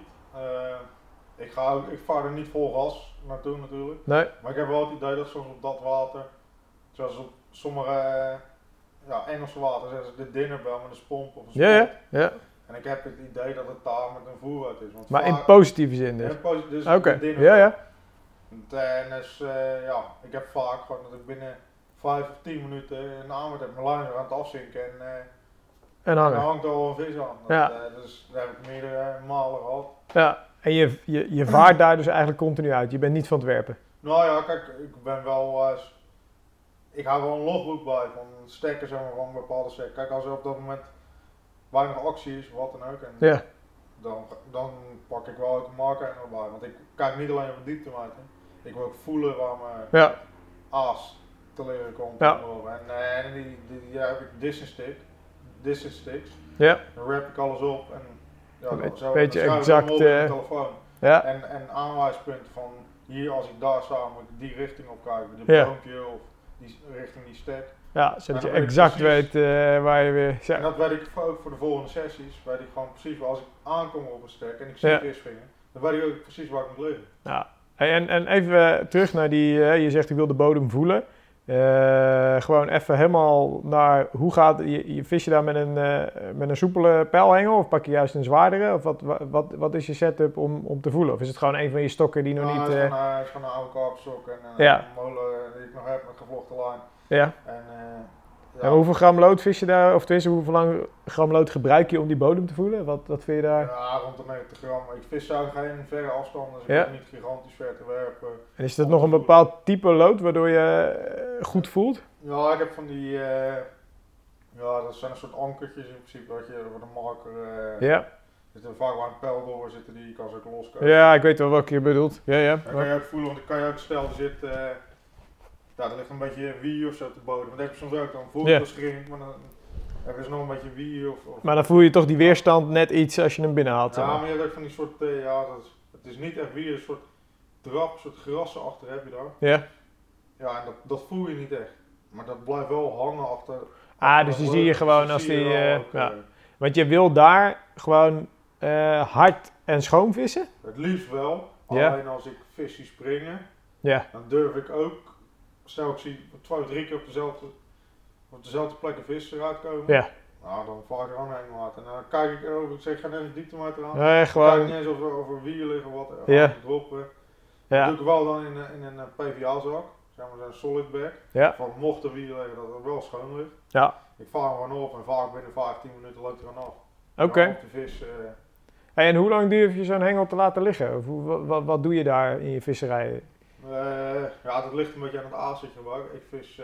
Ik vaar er niet vol gas naartoe natuurlijk. Nee. Maar ik heb wel het idee dat soms op dat water, zoals op sommige Engelse water, zetten ze de dinnerbel met een spomp of een spomp. Ja. En ik heb het idee dat het daar met een voerboot is. Want Maar in positieve zin dus? Dus Oké, de ja. En dus, ik heb vaak gewoon dat ik binnen 5 of 10 minuten een aanwet heb. Mijn lijn aan het afzinken en En er hangen. hangt al een vis aan. Dus daar heb ik meerdere malen gehad. Ja, en je vaart daar dus eigenlijk continu uit. Je bent niet van het werpen. Nou ja, kijk, ik ben wel... ik hou wel een logboek bij van stekken, zeg maar, van een bepaalde stek. Kijk, als er op dat moment weinig actie is, wat dan ook. En dan pak ik wel ook een markerhengel bij. Want ik kijk niet alleen op de dieptemeten. Ik wil ook voelen waar mijn aas te leren komt. Ja. En die heb ik distance sticks. Ja. Dan wrap ik alles op en Een beetje exact. op de telefoon. Ja. En aanwijspunten van hier als ik daar sta moet ik die richting op kijken. De boompje of die richting die stek. Ja, zodat je weet exact weet waar je weer... En dat weet ik ook voor de volgende sessies. Weet ik gewoon precies als ik aankom op een stek en ik zie vis springen. Dan weet ik ook precies waar ik moet liggen. Ja. En even terug naar die... je zegt ik wil de bodem voelen. Gewoon even helemaal naar hoe gaat je vis je daar met een soepele pijlhengel of pak je juist een zwaardere? Of wat is je setup om te voelen? Of is het gewoon een van je stokken die nog niet... Het is gewoon een oude karpstok en een molen die ik nog heb met gevlochten lijn. Ja. En En hoeveel gram lood vis je daar? Of tenminste, hoeveel lang gram lood gebruik je om die bodem te voelen? Wat vind je daar? Ja, rond de 90 gram. Ik vis daar geen verre afstanden, dus ik Ja. hoef niet gigantisch ver te werpen. En is dat nog een bepaald type lood waardoor je goed voelt? Ja, ik heb van die, ja, dat zijn een soort ankertjes in principe, wat je voor de marker, Ja. zitten vaak waar een pijl door zitten, die kan ze ook loskomen. Ja, ik weet wel welke je bedoelt. Ja. Dan kan je ook voelen, want dan kan je ook, stel er zit, ja, er ligt een beetje wie of zo op de bodem, maar dat heb je soms ook, dan voel je Ja. het schrind, maar dan hebben ze nog een beetje wie of Maar dan voel je toch die weerstand net iets als je hem binnenhaalt. zeg ja, maar. maar je hebt ook van die soort, ja, het is niet echt wie, een soort drap, een soort grassen achter heb je daar. Ja. Ja, en dat voel je niet echt. Maar dat blijft wel hangen achter. Dus die zie je gewoon als die... ja. Want je wil daar gewoon hard en schoon vissen? Het liefst wel. Ja. Alleen als ik vis zie springen, Ja. dan durf ik ook, stel ik zie 2 of 3 keer op dezelfde plek een vis eruit komen. Ja. Nou, dan vaar ik er gewoon helemaal uit. En dan kijk ik erover, ik zeg, ik ga net een dieptemeter aan. Nee, Ik kijk gewoon... niet eens over wie liggen, wat Ja. droppen. Dat Ja. doe ik wel dan in een PVA-zak, zeg maar zo'n solid bag. Ja. Van mocht er wier liggen, dat het wel schoon ligt. Ja. Ik vaar hem gewoon op en vaak binnen 15 minuten loopt hij gewoon af. Oké. Dan op de vis, Hey, en hoe lang durf je zo'n hengel te laten liggen? Of wat doe je daar in je visserij? ja, dat ligt een beetje aan het aasetje waar ik vis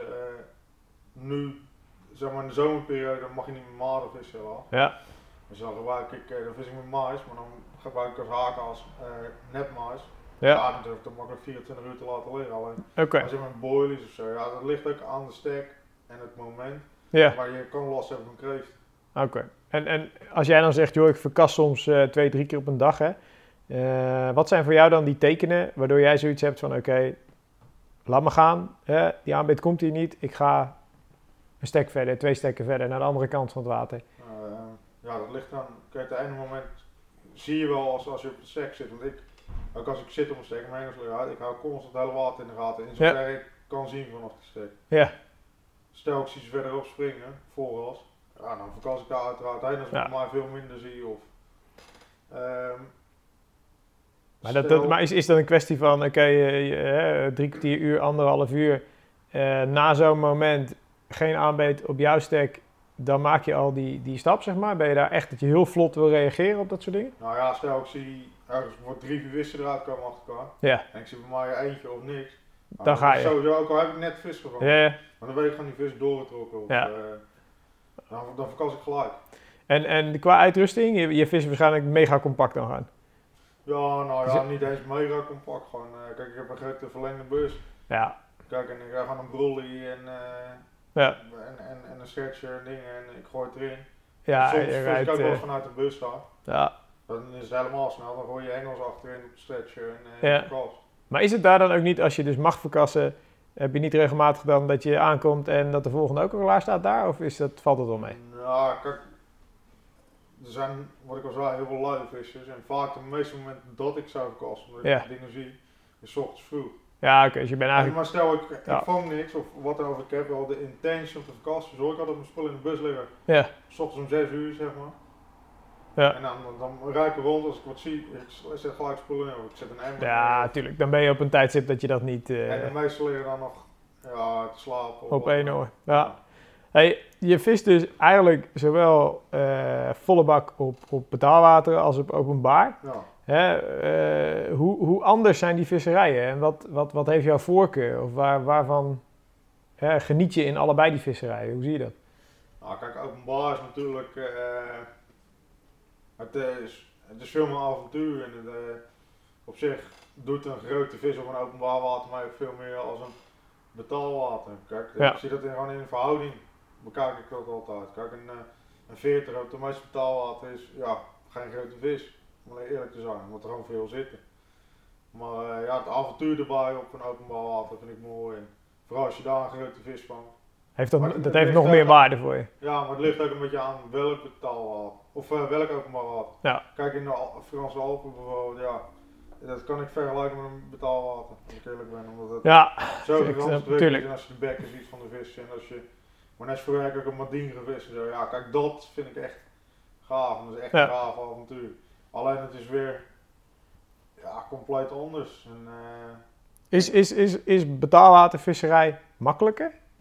nu, zeg maar in de zomerperiode, dan mag je niet met maden vissen wel. Ja. Dus dan gebruik ik, dan vis ik met mais, maar dan gebruik ik als haak als netmais. Ja. Ja, dan durf ik het makkelijk 24 uur te laten liggen. Alleen Oké. als je met boilies of zo, ja, dat ligt ook aan de stek en het moment. Ja. Maar je kan last hebben van kreeft. Oké. En als jij dan zegt, joh, ik verkast soms 2, 3 keer op een dag, hè. Wat zijn voor jou dan die tekenen waardoor jij zoiets hebt van, oké, laat me gaan. Hè? Die aanbid komt hier niet. Ik ga een stek verder, 2 stekken verder naar de andere kant van het water. Ja, dat ligt dan. Kijk, het ene moment zie je wel als je op de stek zit. Want ook als ik zit op een stek, mijn hengels liggen uit, ik hou constant het hele water in de gaten. In zover ik kan zien vanaf de stek. Ja. Stel ik zie ze verderop springen, voorras. Ja, dan verkas ik daar uiteraard heen als ik Ja. maar veel minder zie. Of, Maar is dat een kwestie van, oké, 3 kwartier, uur, 1,5 uur, na zo'n moment geen aanbeet op jouw stek, dan maak je al die stap, zeg maar? Ben je daar echt dat je heel vlot wil reageren op dat soort dingen? Nou ja, stel ik zie ergens voor 3, 4 vissen eruit komen achter elkaar. Ja. En ik zie bij mij eentje of niks. Nou, Dan ga je. Sowieso, ook al heb ik net vis gevangen. Ja. Maar dan weet ik gewoon die vis doorgetrokken. Of, Ja. dan verkas ik gelijk. En qua uitrusting, je vist waarschijnlijk mega compact dan gaan. Ja, nou ja, niet eens mega compact. Gewoon, kijk, ik heb een grote verlengde bus. Ja. Kijk, en ik ga gewoon een brolly en een stretcher en dingen en ik gooi het erin. Ja, Soms je vis rijdt... ik ook wel eens vanuit de bus staan. ja. Dan is het helemaal snel, dan gooi je hengels achterin op de stretcher en Ja. verkas. Maar is het daar dan ook niet, als je dus mag verkassen, heb je niet regelmatig dan dat je aankomt en dat de volgende ook al klaar staat daar? Of valt het wel mee? Ja, kijk, er zijn, wat ik al zei, heel veel luie vissers. En vaak de meeste momenten dat ik zou verkassen, omdat Ja. ik dingen zie, is 's ochtends vroeg. Ja, oké, dus je bent eigenlijk... Maar stel ik Ja. vang niks of wat dan ook, ik heb wel de intentie om te verkassen. Zorg ik altijd mijn spullen in de bus liggen. Ja. 's Ochtends om 6 uur, zeg maar. Ja. En dan rijd ik rond als ik wat zie. Ik zet gelijk spullen in. Of ik zet een emmer. Ja, in. natuurlijk. Dan ben je op een tijdstip dat je dat niet En de meeste liggen dan nog te slapen. of op wat één dan ook. oor. Ja. Hey, je vist dus eigenlijk zowel volle bak op betaalwater als op openbaar. Ja. Hè? Hoe anders zijn die visserijen en wat heeft jouw voorkeur? Of waarvan geniet je in allebei die visserijen? Hoe zie je dat? Nou, kijk, openbaar is natuurlijk. Het is veel meer avontuur. En op zich doet een grote vis op een openbaar water mij ook veel meer als een betaalwater. Kijk, Ja. ik zie dat gewoon in een verhouding. Bekijk ik dat altijd. Kijk, een 40 op de meeste betaalwater is ja, geen grote vis. Om eerlijk te zijn, omdat er gewoon veel zitten. Maar ja, het avontuur erbij op een openbaar water vind ik mooi. En vooral als je daar een grote vis vangt. Maar Dat het heeft ligt nog ook meer aan- waarde voor je. Ja, maar het ligt ook een beetje aan welk betaalwater. Of welk openbaar water. Ja. Kijk, in de Franse Alpen bijvoorbeeld, ja. Dat kan ik vergelijken met een betaalwater, als ik eerlijk ben. Omdat het Ja, zo ik gigantisch snap, druk is tuurlijk. en als je de bekken ziet van de vis en als je... Maar net voor werk ook een Madine gevis en zo. Ja, kijk, dat vind ik echt gaaf. En dat is echt Ja. een gaaf avontuur. Alleen het is weer... Ja, compleet anders. En, is betaalwatervisserij makkelijker?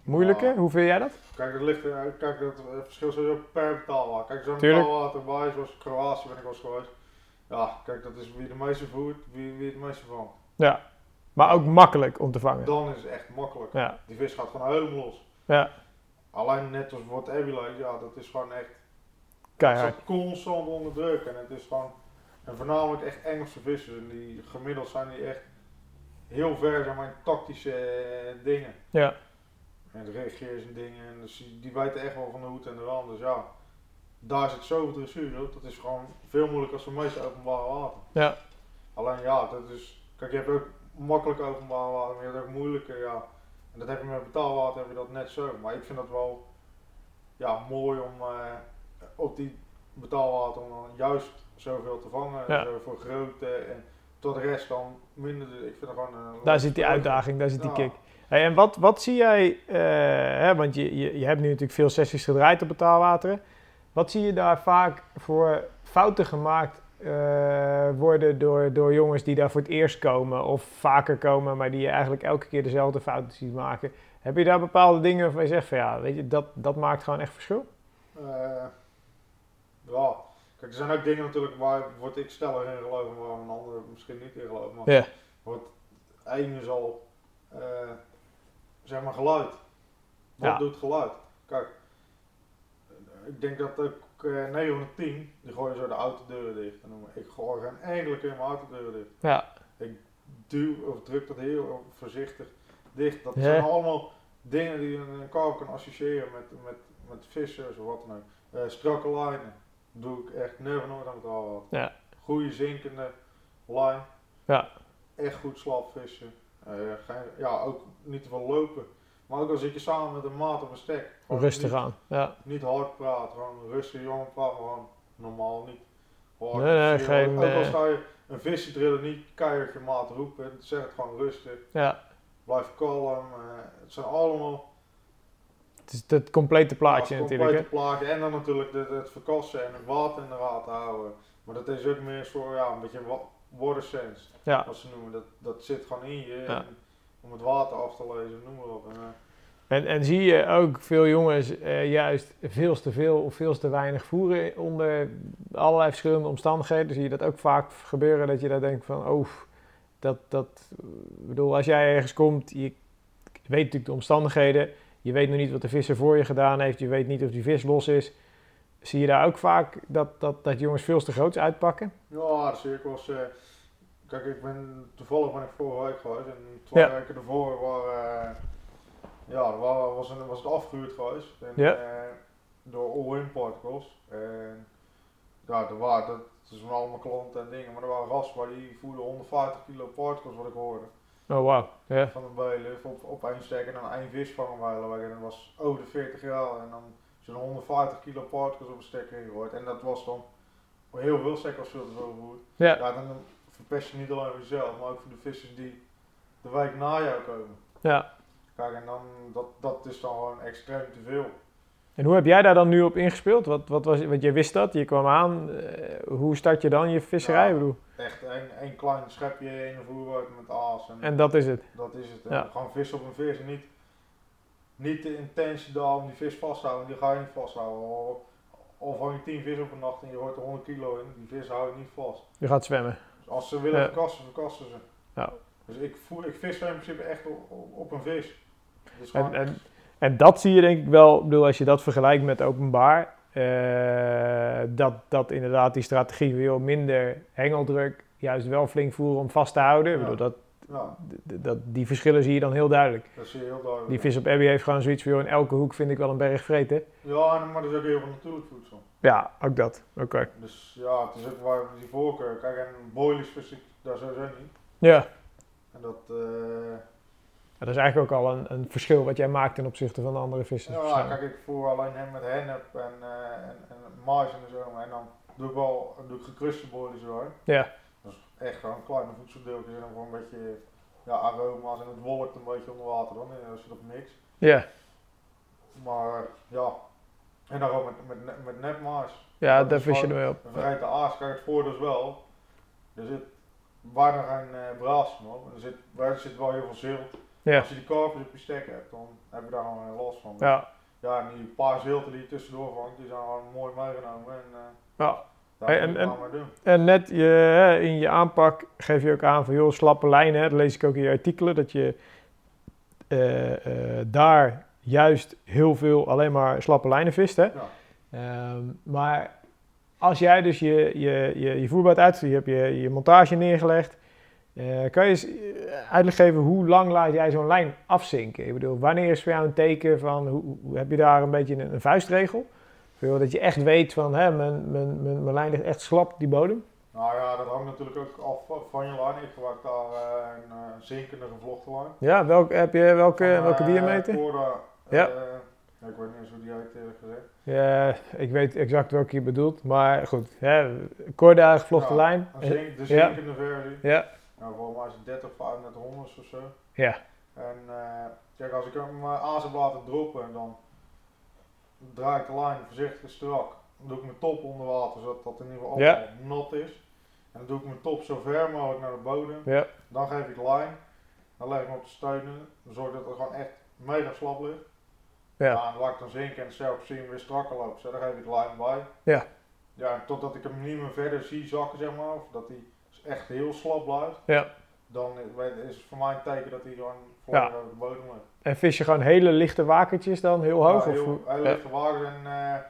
Moeilijker? Ja. Hoe vind jij dat? Kijk, het verschil sowieso per betaalwater. Kijk, zo'n Tuurlijk. betaalwater bij, zoals Kroatië ben ik wel eens geweest. Ja, kijk, dat is wie de meeste voert, wie het meeste vangt. Ja. Maar ook makkelijk om te vangen. Dan is het echt makkelijk. Ja. Die vis gaat gewoon helemaal los. Ja. Alleen net als wat Abby Lake, ja, dat is gewoon echt... Keihard. Het staat constant onder druk en het is gewoon... En voornamelijk echt Engelse vissen. En die gemiddeld zijn die echt heel ver, zeg maar, in tactische dingen. Ja. En reageers en dingen. En dus die weten echt wel van de hoed en de rand. Dus ja, daar zit zoveel dressuur op. Dat is gewoon veel moeilijker als de meeste openbare water. Ja. Alleen ja, dat is... Kijk, je hebt ook makkelijk openbare water, maar je hebt ook moeilijke, ja. En dat heb je met betaalwater, heb je dat net zo. Maar ik vind dat wel, ja, mooi om op die betaalwater om dan juist zoveel te vangen. Ja. Zo voor grootte en tot de rest dan minder. Dus ik vind het gewoon... Daar zit die uitdaging, daar zit die Ja. kick. Hey, en wat zie jij, want je hebt nu natuurlijk veel sessies gedraaid op betaalwateren. Wat zie je daar vaak voor fouten gemaakt worden door jongens die daar voor het eerst komen of vaker komen, maar die je eigenlijk elke keer dezelfde fouten ziet maken? Heb je daar bepaalde dingen waarvan je zegt van ja, weet je, dat maakt gewoon echt verschil? Ja, kijk, er zijn ook dingen natuurlijk waar word ik stellig in geloven en waar een ander misschien niet in gelooft. Maar Ja. wordt één is al, zeg maar, geluid. Wat Ja. doet geluid? Kijk, ik denk dat ook 9 van de 10, die gooien zo de autodeuren dicht. En ik gooi geen enkele keer mijn autodeuren dicht. Ja. Duw of druk dat heel voorzichtig dicht. Dat Ja. zijn allemaal dingen die je een karp kan associëren met vissers of wat dan ook. Strakke lijnen doe ik echt nooit aan het halen. Ja. Goede zinkende lijn. Ja. Echt goed slapvissen. Ook niet te veel lopen. Maar ook al zit je samen met een maat op een stek. Gewoon Rustig niet, aan. Ja. Niet hard praten, gewoon rustig jongen praten, gewoon normaal niet. Hard. Nee, Zie je geen, wel. Ook al sta je een visje drillen, niet keihard je maat roepen. Zeg het gewoon rustig. Ja. Blijf kalm. Het zijn allemaal Het is het complete plaatje natuurlijk. Hè? plaatje. En dan natuurlijk het verkassen en het water in de gaten houden. Maar dat is ook meer zo, ja, een beetje water sense. Ja. Wat ze noemen. Dat zit gewoon in je. Ja. En om het water af te lezen, noem maar op. En zie je ook veel jongens juist veel te veel of veel te weinig voeren onder allerlei verschillende omstandigheden? Zie je dat ook vaak gebeuren dat je daar denkt van, ik bedoel, als jij ergens komt, je weet natuurlijk de omstandigheden, je weet nog niet wat de visser voor je gedaan heeft, je weet niet of die vis los is. Zie je daar ook vaak dat jongens veel te groots uitpakken? Ja, dat zie ik wel eens. Kijk, toevallig ben ik vorige week geweest en 2 weken ervoor was het afgehuurd geweest door All In Particles. En ja, dat is van allemaal klanten en dingen, maar er waren gasten waar die voerden 150 kilo particles wat ik hoorde. Oh wow, ja. Van een bailiff op één stek en dan 1 vis vangen bij en dat was over de 40 jaar en dan zo'n 150 kilo particles op een stek ingegooid en dat was dan heel veel stekkelfilters overvoerd. Ja. Ja, dan verpest je niet alleen voor jezelf, maar ook voor de vissers die de week na jou komen. Ja. Kijk, en dan, dat is dan gewoon extreem te veel. En hoe heb jij daar dan nu op ingespeeld? Want je wist dat, je kwam aan. Hoe start je dan je visserij? Ja, Ik bedoel, echt een klein schepje in een voerboot met aas. en dat is het. Dat is het. Ja. Gewoon vis op een vis en niet de intentie daar om die vis vast te houden. Die ga je niet vasthouden. Of vang je 10 vis op een nacht en je gooit er 100 kilo in. Die vis hou je niet vast. Je gaat zwemmen. Dus als ze willen Ja. verkassen ze. Ja. Dus ik vis in principe echt op een vis. Dus gewoon En dat zie je denk ik wel, ik bedoel, als je dat vergelijkt met openbaar, dat inderdaad die strategie veel minder hengeldruk, juist wel flink voeren om vast te houden. Ja. Ik bedoel, ja, die verschillen zie je dan heel duidelijk. dat zie je heel duidelijk. Die vis op Abby heeft gewoon zoiets van, joh, in elke hoek vind ik wel een berg vreten. Ja, maar dat is ook heel veel natuurlijk voedsel. Ja, ook dat. Oké. Dus ja, het is ook waar die voorkeur. Kijk, en boilies vis ik daar sowieso niet. Ja. En dat, Dat is eigenlijk ook al een verschil wat jij maakt ten opzichte van de andere vissen. ja, kijk, ik voer alleen hem met hennep en mais in de zomer. En dan doe ik gekruste boilies hoor. Ja. Dus echt gewoon kleine voedseldeeltjes en dan gewoon een beetje aroma's en het wolkt een beetje onder water dan, als je dat mixt. Ja. Maar ja, en dan gewoon met nepmaais. Ja, Dat daar is vis je gewoon ermee op. een vergeten aas. Kijk, het voordeel is wel, er zit bijna geen braas op. Er zit wel heel veel zilt. Ja. Als je die karpjes op je stek hebt, dan heb je daar gewoon geen last van. Ja. Ja, en die paar zilten die je tussendoor vangt, die zijn gewoon mooi meegenomen. En Ja. daar Hey, moet je nou maar doen. En net in je aanpak geef je ook aan van, joh, slappe lijnen. Hè, dat lees ik ook in je artikelen, dat je daar juist heel veel alleen maar slappe lijnen vist. Hè? Ja. Maar als jij dus je voerboot uitzet, je hebt je montage neergelegd. Kan je eens uitleg geven hoe lang laat jij zo'n lijn afzinken? Ik bedoel, wanneer is voor jou een teken van, hoe heb je daar een beetje een vuistregel? Dat je echt weet van, hè, mijn lijn ligt echt slap op die bodem. Nou ja, dat hangt natuurlijk ook af van je lijn. Ik gebruik daar een zinkende gevlochten lijn. Ja, welke diameter? Cora, Ja. Ik weet niet eens hoe die heet eerlijk gezegd. Ja, ik weet exact welke je bedoelt, maar goed. Corda gevlochten lijn. De zinkende versie. Ja. Nou, volgens mij is het 30 of 3500 of zo. Ja. En kijk, als ik hem aan zou laten droppen, dan draai ik de lijn voorzichtig strak. Dan doe ik mijn top onder water, zodat dat in ieder geval allemaal nat is. En dan doe ik mijn top zo ver mogelijk naar de bodem. Ja. Dan geef ik lijn. Dan leg ik hem op de steunen. Dan zorg ik dat het gewoon echt mega slap ligt. Ja. Dan laat ik dan zinken en zelf zie je hem weer strakker lopen. Zo, dan geef ik lijn bij. Ja. Ja, en totdat ik hem niet meer verder zie zakken, zeg maar. Of dat hij echt heel slap blijft. Ja. Dan is het voor mij een teken dat hij gewoon volledig over de bodem ligt. En vis je gewoon hele lichte wakertjes dan, heel hoog? Ja, heel lichte wakers en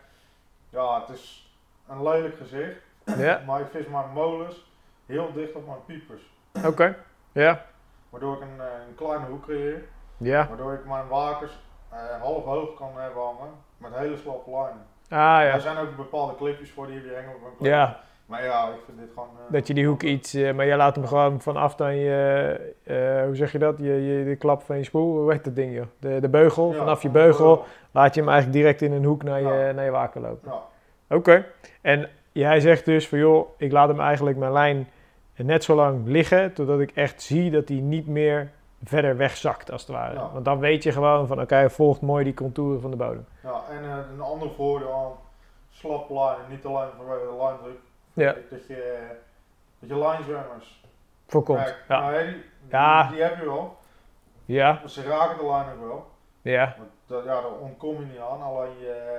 ja, het is een lelijk gezicht. Ja. Maar ik vis mijn molens heel dicht op mijn piepers. Oké. Ja. Waardoor ik een kleine hoek creëer. Ja. Waardoor ik mijn wakers half hoog kan hebben hangen met hele slappe lijnen. Ah ja. Er zijn ook bepaalde clipjes voor die hangen op een clip. Ja. Maar ja, ik vind dit gewoon... Dat je die hoek iets, maar jij laat hem gewoon vanaf dan je, hoe zeg je dat, de klap van je spoel, hoe heet dat ding joh? De beugel, vanaf je beugel laat je hem eigenlijk direct in een hoek naar je waker lopen. Ja. Oké. En jij zegt dus van joh, ik laat hem eigenlijk mijn lijn net zo lang liggen, totdat ik echt zie dat hij niet meer verder wegzakt als het ware. Ja. Want dan weet je gewoon van oké, hij volgt mooi die contouren van de bodem. Ja, en een ander voordeel aan slappe lijnen, niet alleen vanwege de lijndruk, Ja. dat je lijnzwemmers Voorkomt. kijk, Ja. nee, die heb je wel. Ja. Maar ze raken de lijn ook wel. Ja. Want daar ontkom je niet aan. Alleen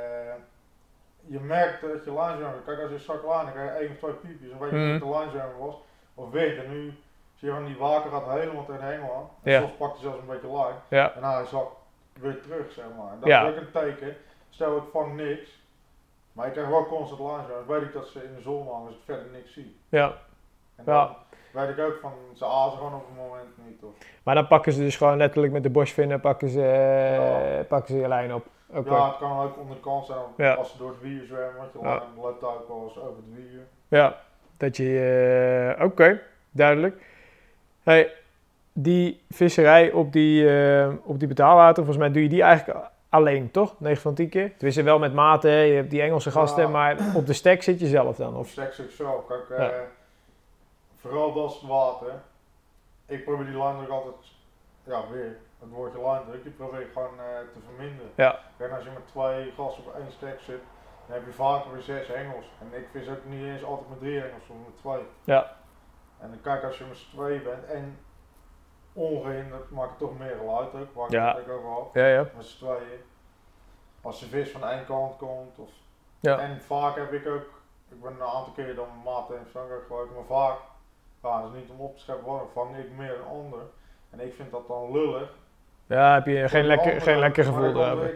je merkt dat je lijnzwemmer, kijk als je strak lijn, dan krijg je 1 of 2 piepjes. Dan weet je niet of de lijnzwemmer was of wind. En nu zie je van die waker gaat helemaal tegen de hengel aan. En soms pakt hij zelfs een beetje lijn. Ja. En hij zakt weer terug, zeg maar. En dat Ja. is ook een teken. Stel ik vang niks, maar ik krijg wel constant lijnzwemmers. Dan weet ik dat ze in de zon hangen, dus ik verder niks zie. Ja. En dan weet ik ook van, ze azen gewoon op het moment niet. Of. Maar dan pakken ze dus gewoon letterlijk met de borstvinnen pakken ze je lijn op. Okay. Ja, het kan ook onder de kant zijn als ze door het wier zwemmen, want je lijn loopt ook wel eens over het wier. Ja, dat je... Oké, duidelijk. Hey, die visserij op die betaalwater, volgens mij doe je die eigenlijk alleen, toch? 9 van 10 keer? Tenminste wel met maten, je hebt die Engelse gasten, maar op de stek zit je zelf dan? Of? Op de stek zit ik zelf. Kijk, vooral dat water. Ik probeer die lijndruk altijd, weer het woordje lijndruk, die probeer ik gewoon te verminderen. Ja. Kijk, als je met 2 gasten op 1 stek zit, dan heb je vaker weer 6 hengels. En ik vis ook niet eens altijd met 3 hengels, soms met 2. Ja. En dan kijk, als je met z'n 2 bent en ongehinderd maakt het toch meer geluid ook, waar ik het ook al. Ja. Met z'n 2. Als de vis van één kant komt. Of, ja. En vaak heb ik ook, ik ben een aantal keer dan maten in Frankrijk gebruikt, maar vaak, dat is niet om op te scheppen, waarom vang ik meer een ander. En ik vind dat dan lullig. Ja, heb je geen lekker gevoel erover.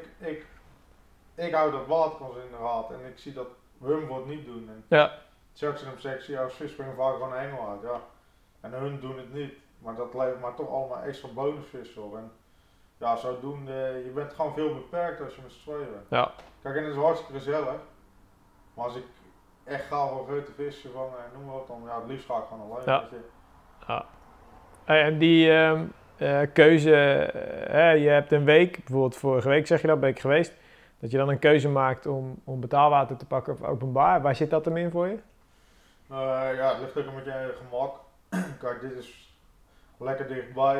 Ik hou dat waterkans in de gaten en ik zie dat hun het niet doen. En ja. Zelfs in een sectie, als vis springen vaak gewoon een engel uit, ja. En hun doen het niet. Maar dat levert maar toch allemaal extra bonusvissen op. En ja, zodoende, je bent gewoon veel beperkt als je met z'n tweeën bent. Ja. Kijk, en het is hartstikke gezellig. Maar als ik echt ga voor grote vissen vangen en noem maar wat, dan het liefst ga ik gewoon alleen. Ja. Weet je. Ja. En die keuze, je hebt een week, bijvoorbeeld vorige week zeg je dat, ben ik geweest, dat je dan een keuze maakt om betaalwater te pakken of openbaar. Waar zit dat hem in voor je? Het ligt ook met je gemak. Kijk, dit is lekker dichtbij.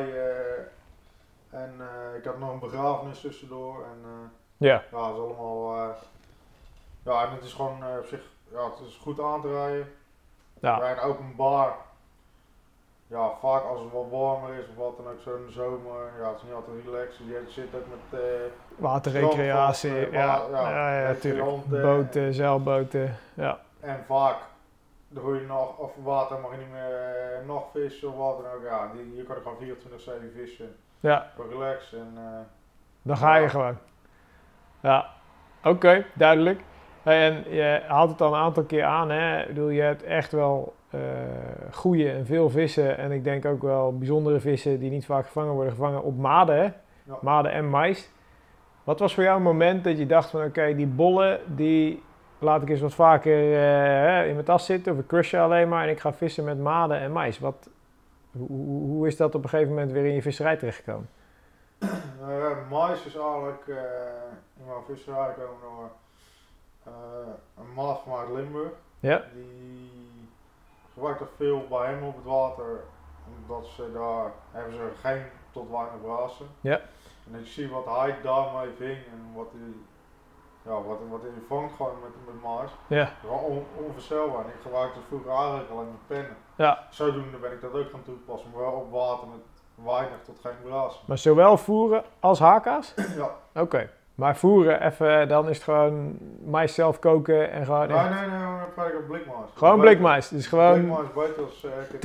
Ik had nog een begrafenis tussendoor. En dat is allemaal... en het is gewoon op zich... het is goed aan te rijden. Ja. Bij een openbaar ja, vaak als het wat warmer is of wat dan ook zo in de zomer, ja, het is niet altijd relaxed. Dus je zit ook met Waterrecreatie, strandvasten, ja, tuurlijk. restauranten. Boten, zeilboten, ja. En vaak dan gooi je of water mag je niet meer nachtvissen of wat dan ook. Ja, hier kan je gewoon 24/7 vissen. Ja, Gewoon relax en dan ga je gewoon. Ja, oké, duidelijk. Hey, en je haalt het al een aantal keer aan, hè? Ik bedoel, je hebt echt wel goede en veel vissen. En ik denk ook wel bijzondere vissen die niet vaak gevangen op maden, hè? Ja. Maden en mais. Wat was voor jou een moment dat je dacht van oké, die bollen, die laat ik eens wat vaker in mijn tas zitten. Of ik crush ze alleen maar en ik ga vissen met maden en mais. Hoe is dat op een gegeven moment weer in je visserij terechtgekomen? mais is eigenlijk in mijn visserij gekomen door een maat van mij uit Limburg. Ja. Die gebruikt er veel bij hem op het water, omdat ze daar hebben ze geen tot weinig brazen. Ja. En ik zie wat hij daarmee ving en wat hij vangt gewoon met mais. Ja. Gewoon onvoorstelbaar. En ik gebruikte vroeger eigenlijk alleen met pennen. Ja. Zodoende ben ik dat ook gaan toepassen, maar wel op water met weinig tot geen brazen. Maar zowel voeren als haka's? Ja. Oké. Maar voeren even, dan is het gewoon mais zelf koken en gewoon echt... Nee, dan praat ik op blikmais. Gewoon blikmais. Dus gewoon Blikmais beter als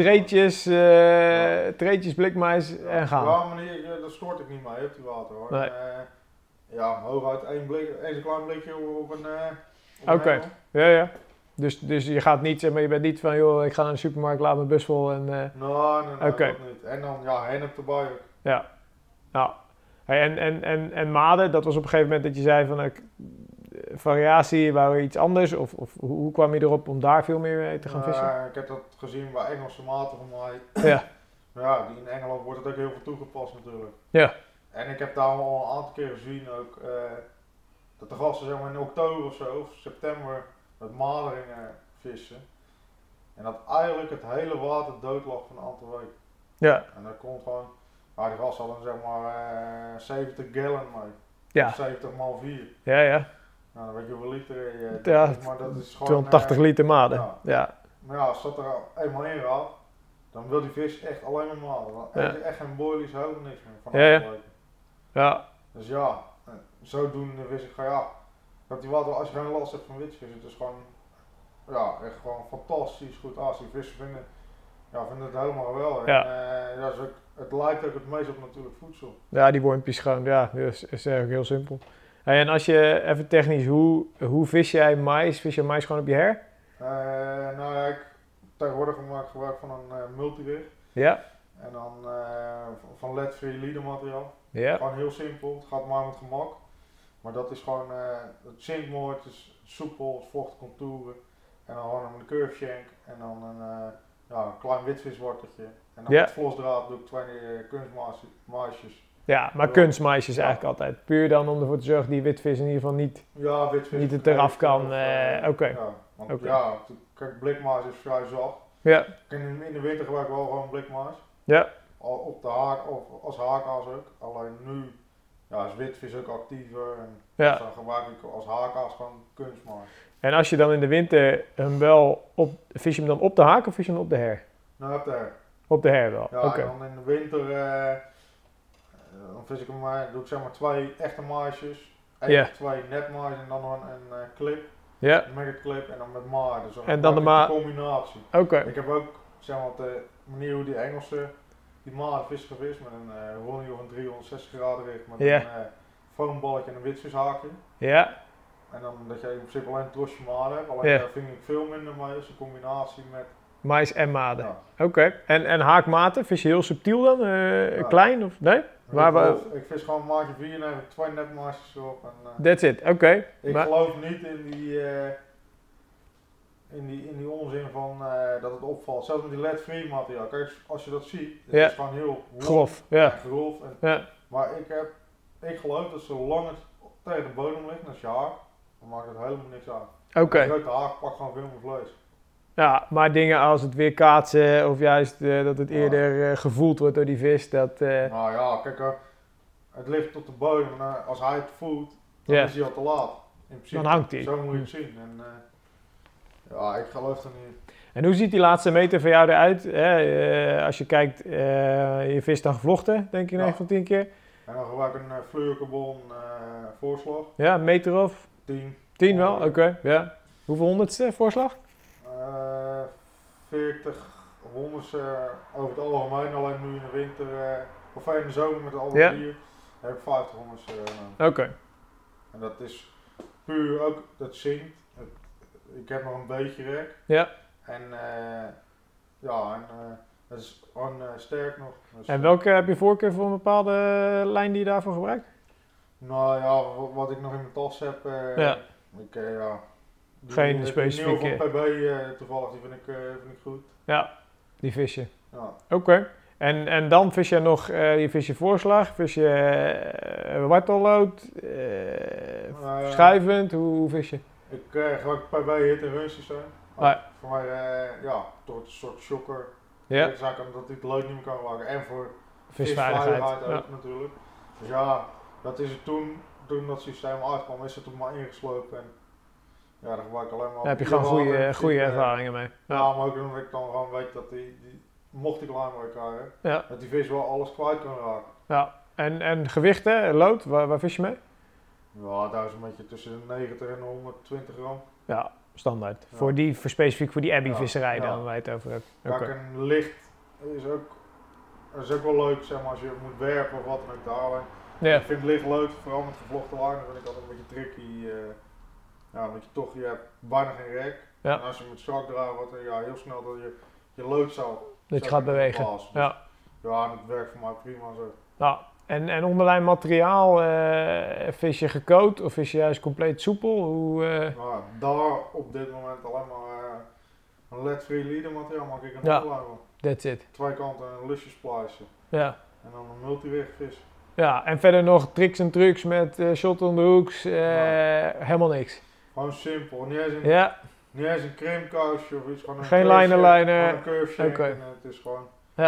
treetjes blikmais en gaan. Ja, maar daar stoort ik niet mee op die water hoor. Nee. Ja, hooguit één klein blikje op een Oké. hengel. Ja. Dus je gaat niet, zeg maar, je bent niet van joh, ik ga naar de supermarkt, laat mijn bus vol en... Nee, Oké. dat niet. En dan hennep erbij ook. Ja. Nou. Hey, en maden, dat was op een gegeven moment dat je zei van variatie, wou je iets anders? Of hoe kwam je erop om daar veel meer mee te gaan vissen? Ik heb dat gezien bij Engelse maten van mij. Ja. Ja, in Engeland wordt het ook heel veel toegepast natuurlijk. Ja. En ik heb daar al een aantal keer gezien ook, dat de gasten zeg maar in oktober of zo, of september, met maderingen vissen. En dat eigenlijk het hele water dood lag van een aantal weken. Ja. En dat komt gewoon, die gasten hadden zeg maar 70 gallon mee. Ja. 70 x 4. Ja. Nou, dan weet je hoeveel liter je Ja, maar dat is gewoon 280 liter maden. ja. Ja. Maar ja, als dat er eenmaal in gaat, dan wil die vis echt alleen maar maden. Dan eet je echt geen boilies, helemaal niks meer van Ja. weken. Ja. Dus ja, zodoende wist ik van ja, dat die water, als je geen last hebt van witvis, het is gewoon, ja, echt gewoon fantastisch goed aas. Die vissen vinden het helemaal geweldig. Ja. En, het lijkt ook het meest op natuurlijk voedsel. Ja, die wormpjes gewoon, ja, dat is eigenlijk heel simpel. Hey, en als je, even technisch, hoe vis jij mais? Vis je mais gewoon op je her? Nou ja, tegenwoordig maak ik gebruik van een multirig. Ja. En dan van lead-free leadermateriaal. Ja. Gewoon heel simpel, het gaat maar met gemak. Maar dat is gewoon, het zinkt mooi, het is soepel, het vocht contouren. En dan gewoon een curve shank en dan een klein witvisworteltje. En dan met vlosdraad doe ik 2 kunstmaisjes. Ja, maar kunstmaisjes eigenlijk altijd. Puur dan om ervoor te zorgen dat die witvis in ieder geval niet het eraf kan. Oké. Ja, want kijk, blikmais is vrij zacht. Ja. In de winter gebruik ik wel gewoon blikmais. Ja. Op de haak of als haakaas ook. Alleen nu is witvis ook actiever. En dus dan gebruik ik als haakaas gewoon kunstmais. En als je dan in de winter hem wel vis je hem dan op de haak of vis je hem op de her? Nou, op de her. Op de her wel, Ja, oké. en dan in de winter dan vis ik hem, doe ik zeg maar 2 echte maisjes. 1 of 2 netmais en dan nog een clip. Ja. Een maggot clip en dan met maar. Dus dan en dan de combinatie. Oké. Ik heb ook zeg maar de manier hoe die Engelse die maar vis gevist met een Ronnie of een 360 graden richt met een foamballetje en een witvishaakje. Ja. En dan dat je in principe alleen een trosje maden hebt, alleen daar vind ik veel minder mee, dus een combinatie met mais en maden. Ja. Oké. En haakmaten, vis je heel subtiel dan? Klein of nee? Ik vis gewoon een maatje 4 en heb ik 2 netmaatjes erop. That's it, oké. Ik geloof niet in die onzin van dat het opvalt. Zelfs met die lead-free materiaal. Kijk, als je dat ziet, het is gewoon heel grof. Grof. Maar ik geloof dat zolang het tegen de bodem ligt, als je haak, dan maakt het helemaal niks uit. Oké. Een grote haak pakt gewoon veel meer vlees. Ja, maar dingen als het weer kaatsen of juist dat het eerder gevoeld wordt door die vis, dat... Nou ja, kijk, het ligt tot de bodem en als hij het voelt, dan is hij al te laat. In principe, dan hangt hij. Zo moet je het zien. En, ik geloof er niet. En hoe ziet die laatste meter van jou eruit? Als je kijkt, je vist dan gevlochten, denk je 9 van 10 keer. En dan gebruik ik een fluorocarbon voorslag. Ja, een meter of? 10. 10 wel, oké. Ja. Hoeveel honderdste voorslag? 40 honderdste over het algemeen, alleen nu in de winter, of in de zomer met alle vier, heb ik 50 honderdste. Oké. En dat is puur ook, dat zinkt. Ik heb nog een beetje rek. Ja. En dat is gewoon sterk nog. Dus, En welke heb je voorkeur voor een bepaalde lijn die je daarvoor gebruikt? Nou ja, wat ik nog in mijn tas heb. Geen specifieke. Die nieuwe van PB toevallig, die vind ik goed. Ja, die vis je. Ja. Oké. En dan vis je nog, je vis je voorslag, vis je wartellood, schuivend, hoe vis je? Ik gebruik PB hit en run systeem. Voor mij, toch een soort shocker. Ja. Ik zou dat ik het leuk niet meer kan maken. En voor Visveiligheid ook natuurlijk. Dus ja, dat is het toen dat systeem uitkwam, is het er maar ingeslopen. En ja, daar gebruik ik alleen maar. Daar heb je gewoon goede ervaringen mee. Ja, maar ook omdat ik dan gewoon weet dat die mocht ik lijn bij elkaar hebben, dat die vis wel alles kwijt kan raken. Ja, en gewichten, lood, waar vis je mee? Ja, daar is een beetje tussen de 90 en 120 gram. Ja, standaard. Ja. Specifiek voor die Abbey-visserij dan, waar je het over hebt. Kijk, een licht is ook wel leuk, zeg maar, als je moet werpen of wat dan ook daar. Ja. Ik vind licht leuk, vooral met gevlochten lijnen vind ik altijd een beetje tricky. Omdat je hebt bijna geen rek. Ja. En als je met strak draait, heel snel dat je lood zou. Dat je gaat bewegen. Dus, ja, dat werkt voor mij prima zo. Ja. En onderlijn materiaal, vis je gecoat of vis je juist compleet soepel? Daar op dit moment alleen maar een lead-free leader materiaal maak ik een onderlijn van. That's it. 2 kanten een lusje splicen. Ja. En dan een multirig vis. Ja, en verder nog tricks en trucs met shot on the hooks, helemaal niks. Gewoon simpel, niet eens een creamkousje of iets. Geen lijnen. Een curve shank en het is gewoon,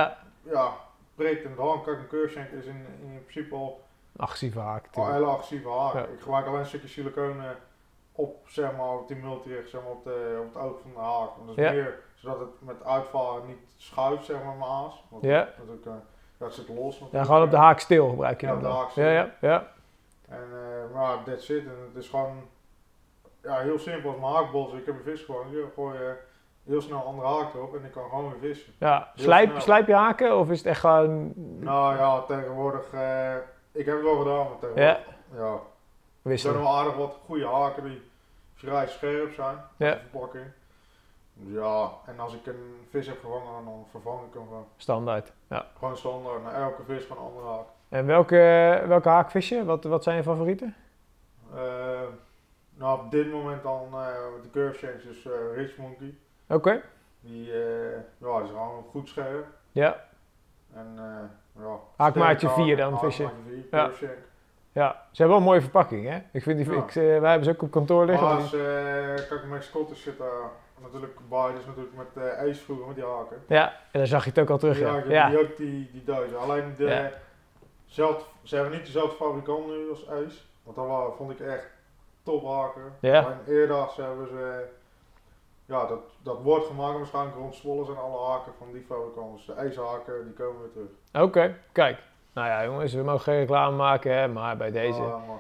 breekt in de hand. Kijk, een curve shank is in principe al agressieve haak. Een hele agressieve haak. Ja. Ik gebruik alleen een stukje siliconen op, zeg maar, op die multirig, zeg maar, op het oog van de haak. Dat is meer zodat het met uitvaren niet schuift, zeg maar, mijn aas. Dat zit los natuurlijk. Ja, gewoon op de haak stil gebruik je dan. Ja, op de haak stil. Ja. En that's it. En het is gewoon heel simpel als mijn haakbos. Ik heb een vis gewoon, ik gooi heel snel een andere haak erop en ik kan gewoon weer vissen. Ja, slijp je haken of is het echt gewoon... Nou ja, tegenwoordig, ik heb het wel gedaan, maar tegenwoordig, er zijn wel aardig wat goede haken die vrij scherp zijn, de verpakking. Dus ja, en als ik een vis heb gevangen, dan vervang ik hem gewoon. Standaard, ja. Gewoon standaard, naar elke vis van een andere haak. En welke haak vis je? Wat zijn je favorieten? Op dit moment dan de curve shanks, dus Rich Monkey. Oké. Die is gewoon goed scherp. Ja. En haakmaatje 4 dan vis je. Haakmaatje 4, curve shank. Ja, ze hebben wel een mooie verpakking, hè? Ik vind wij hebben ze ook op kantoor liggen. Kijk, mijn Scottish zit daar natuurlijk bij, dus natuurlijk met Ace vroeger met die haken. Ja, en daar zag je het ook al terug. Die ook die dozen. Alleen ze hebben niet dezelfde fabrikant nu als Ace, want dat vond ik echt top haken. Ja. Alleen eerder hebben ze, dat wordt gemaakt waarschijnlijk rond Zwolle zijn alle haken van die fabrikant. Dus de Ace haken, die komen weer terug. Oké, kijk. Nou ja, jongens, we mogen geen reclame maken, hè, maar bij deze...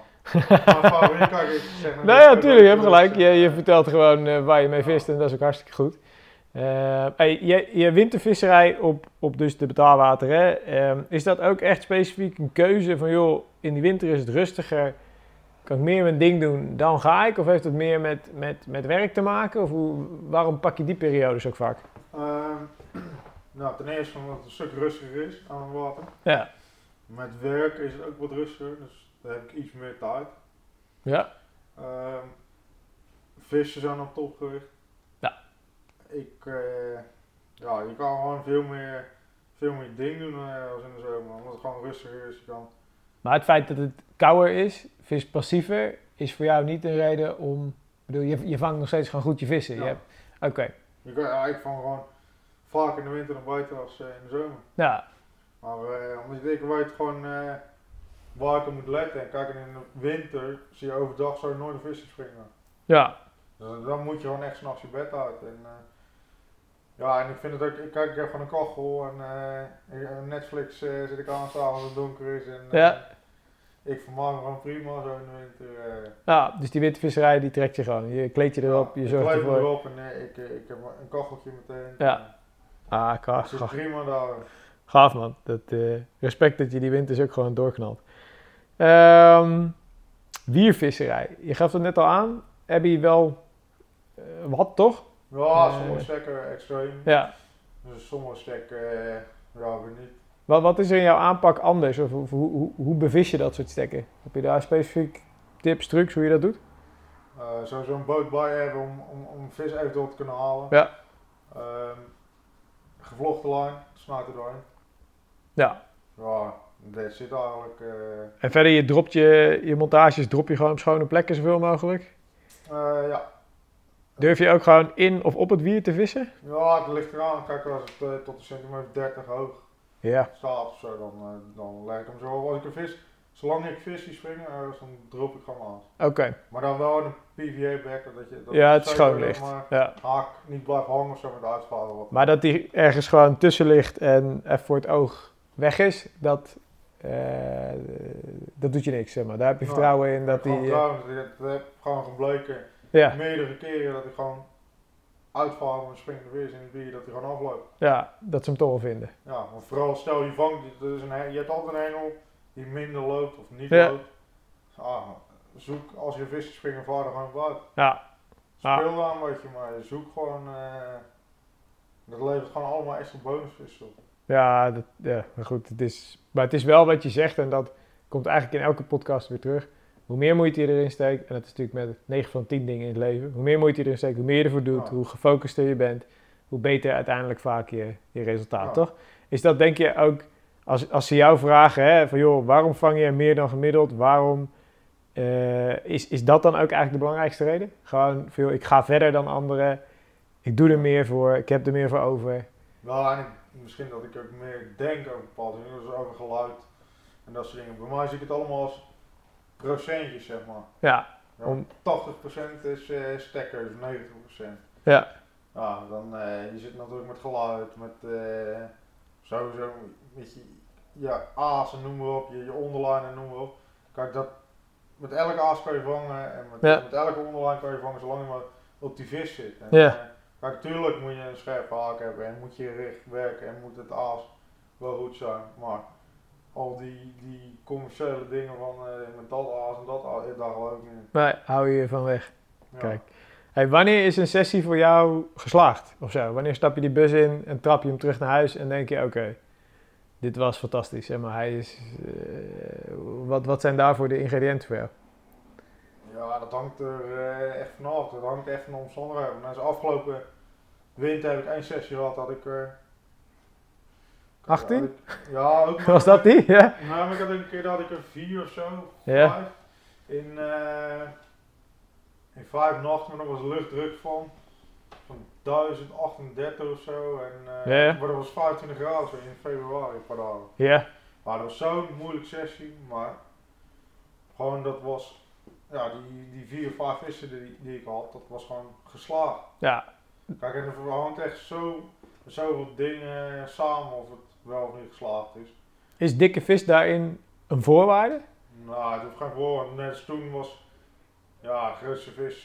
Nee, ja, tuurlijk, je hebt gelijk. Je vertelt gewoon waar je mee vist en dat is ook hartstikke goed. Je wintervisserij op dus de betaalwater, hè? Is dat ook echt specifiek een keuze van, joh, in die winter is het rustiger, kan ik meer mijn ding doen, dan ga ik? Of heeft het meer met werk te maken? Of waarom pak je die periodes ook vaak? Ten eerste omdat het een stuk rustiger is aan het water. Ja. Met werk is het ook wat rustiger, dus daar heb ik iets meer tijd. Ja. Vissen zijn op top gericht. Ja. Je kan gewoon veel meer dingen doen als in de zomer, omdat het gewoon rustiger is. Maar het feit dat het kouder is, vis passiever, is voor jou niet een reden om... Ik bedoel, je vangt nog steeds gewoon goed je vissen. Ja. Oké. Ik vang gewoon vaak in de winter nog beter als in de zomer. Ja. Maar omdat ik weet gewoon waar ik op moet letten. En kijk, in de winter zie je overdag zo nooit een visje springen. Ja. Dus dan moet je gewoon echt 's nachts je bed uit. En Ja, en ik vind het ook, ik kijk gewoon een kachel en Netflix zit ik aan s'avonds als het donker is. En ik vermaak me gewoon prima zo in de winter. Ja, dus die wintervisserij die trekt je gewoon. Je kleed je erop, je zorgt ervoor. Ik kleed me ervoor. erop en ik heb een kacheltje meteen. Ja. Het zit prima daar. Gaaf man. Respect dat je die winters ook gewoon doorknalt. Wiervisserij. Je gaf het net al aan. Heb je wel wat, toch? Ja, sommige stekken extreem. Ja. Dus sommige stekken, weer niet. Wat is er in jouw aanpak anders? Of hoe bevis je dat soort stekken? Heb je daar specifiek tips, trucs, hoe je dat doet? Sowieso een boot bij hebben om vis eventueel te kunnen halen. Ja. Gevlochten lijn, snuit er doorheen. Ja. Ja, dat zit eigenlijk. En verder, je dropt je montages drop je gewoon op schone plekken zoveel mogelijk? Ja. Durf je ook gewoon in of op het wier te vissen? Ja, het ligt eraan. Kijk, als het tot een centimeter 30 hoog staat of zo, dan leg ik hem zo. Als ik een vis, zolang ik vis zie springen, dan drop ik gewoon aan. Oké. Maar dan wel in een PVA-bek, dat het schoon ligt. Maar haak niet blijft hangen of zo met de uitvaren. Maar dat die ergens gewoon tussen ligt en even voor het oog weg is, dat doet je niks, zeg maar. Daar heb je vertrouwen in dat die... Dat heb gewoon gebleken meerdere keren dat ik gewoon uitvaren met een springende vis in het bier, dat hij gewoon afloopt. Ja, dat ze hem toch wel vinden. Ja, want vooral stel je vangt, je hebt altijd een hengel die minder loopt of niet loopt. Zoek als je vis springen vader gewoon buiten. Ja. Speel daar een beetje, maar zoek gewoon, dat levert gewoon allemaal extra bonusvissen op. Ja, maar goed, het is wel wat je zegt en dat komt eigenlijk in elke podcast weer terug. Hoe meer moeite je erin steekt, en dat is natuurlijk met 9 van 10 dingen in het leven, hoe meer moeite je erin steekt, hoe meer je ervoor doet, hoe gefocuster je bent, hoe beter uiteindelijk vaak je resultaat, toch? Is dat denk je ook, als ze jou vragen, hè, van joh, waarom vang je meer dan gemiddeld, waarom, is dat dan ook eigenlijk de belangrijkste reden? Gewoon, van, joh, ik ga verder dan anderen, ik doe er meer voor, ik heb er meer voor over. Nou, en misschien dat ik ook meer denk over bepaalde dingen, dus over geluid en dat soort dingen. Bij mij zie ik het allemaal als procentjes, zeg maar. Ja. 80% is stekkers, 90%. Ja. Ja, dan je zit natuurlijk met geluid, met sowieso met je aasen, noem maar op, je onderlijnen, noem maar op. Kijk, met elke aas kan je vangen en met elke onderlijn kan je vangen, zolang je maar op die vis zit. En, kijk, tuurlijk moet je een scherpe haak hebben en moet je richt werken en moet het aas wel goed zijn, maar al die commerciële dingen van met dat aas en dat aas, daar geloof ik niet. Nee, hou je van weg. Ja. Kijk. Hey, wanneer is een sessie voor jou geslaagd? Of zo? Wanneer stap je die bus in en trap je hem terug naar huis en denk je, oké, dit was fantastisch. Zeg maar, hij is, wat zijn daarvoor de ingrediënten voor jou? Ja, dat hangt er echt vanaf. Dat hangt echt van de omstandigheden. Nou, afgelopen winter heb ik 1 sessie gehad, had ik 18? Ja, ook. Was dat die? Ja. Nou, maar ik had een keer dat ik er 4 of zo, 5. In 5 nachten, maar er was luchtdruk van 1038 of zo. En maar dat was 25 graden zo in februari, een paar dagen. Ja. Maar dat was zo'n moeilijke sessie, maar gewoon dat was, ja, die 4 of 5 vissen die ik had, dat was gewoon geslaagd. Ja. Kijk, en er hangt echt zoveel dingen samen of het wel of niet geslaagd is. Is dikke vis daarin een voorwaarde? Nou, het hoeft geen voorwaarde. Net als toen was, ja, grootste vis,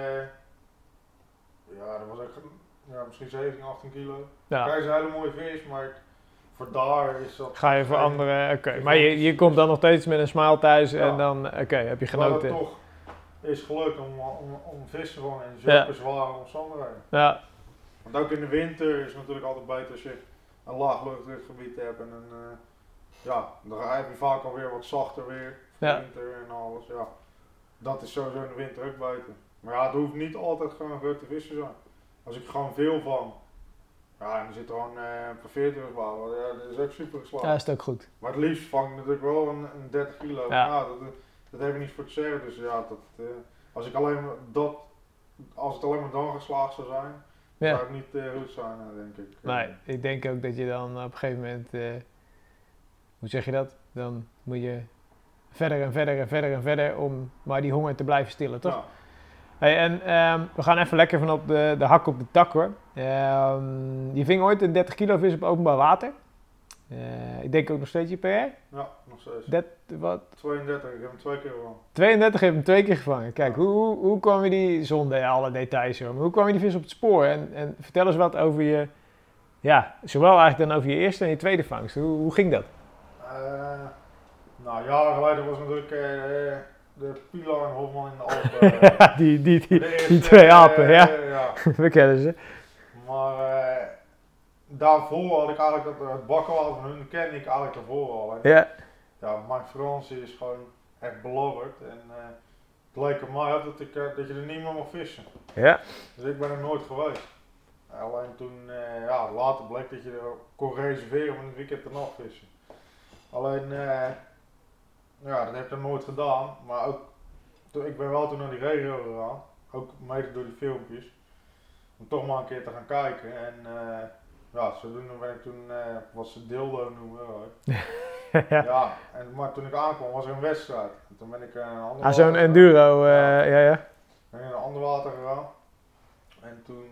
ja, dat was echt, misschien 17, 18 kilo. Ja. Kijk, het is een hele mooie vis, maar voor daar is dat... Ga je voor anderen, oké. Maar je komt dan nog steeds met een smile thuis en dan, heb je genoten. Maar het toch is gelukt om vis te vangen in zulke zware omstandigheden. Ja. Want ook in de winter is het natuurlijk altijd beter als je een laag luchtdrukgebied hebt en dan heb je vaak alweer wat zachter weer voor winter en alles. Ja, dat is sowieso in de winter ook beter. Maar ja, het hoeft niet altijd gewoon grote vissen te zijn. Als ik gewoon veel vang, ja, dan zit er gewoon een paar 40 bij. Ja, dat is ook super geslaagd. Ja, is het ook goed. Maar het liefst vang ik natuurlijk wel een 30 kilo. Ja. Dat heb ik niet voor te zeggen. Dus ja, als het alleen maar dan geslaagd zou zijn, zou het niet goed zijn, denk ik. Nee, ik denk ook dat je dan op een gegeven moment, hoe zeg je dat? Dan moet je verder en verder en verder en verder om maar die honger te blijven stillen, toch? Hey, en we gaan even lekker van op de hak op de tak hoor. Je ving ooit een 30 kilo vis op openbaar water. Ik denk ook nog steeds je PR. Ja, nog steeds. Wat? 32, ik heb hem 2 keer gewonnen. 32 heb je hem 2 keer gevangen. Kijk, hoe kwam je die, zonder alle details hoor, maar hoe kwam je die vis op het spoor? En vertel eens wat over je, ja, zowel eigenlijk dan over je eerste en je tweede vangst. Hoe ging dat? Nou, jaren geleden was natuurlijk de Pilar en Hofman in de Alpen. die twee apen, ja. Ja. We kennen ze. Maar daarvoor had ik eigenlijk het bakkenwater van hun kende ik eigenlijk daarvoor al. En, Ja. ja, mijn Frans is gewoon echt belabberd. En het leek er mij op dat je er niet meer mag vissen. Ja. Dus ik ben er nooit geweest. Alleen toen, later bleek dat je er kon reserveren om een weekend te nacht vissen. Alleen, dat heb ik er nooit gedaan. Maar ook, ik ben wel toen naar die regio gegaan. Ook mede door die filmpjes. Om toch maar een keer te gaan kijken. En zodoende ben ik toen, wat ze dildo noemen. Ja. Maar toen ik aankwam was er een wedstrijd. En toen ben ik naar een ander Zo'n enduro, ben ik naar een ander water gegaan. En toen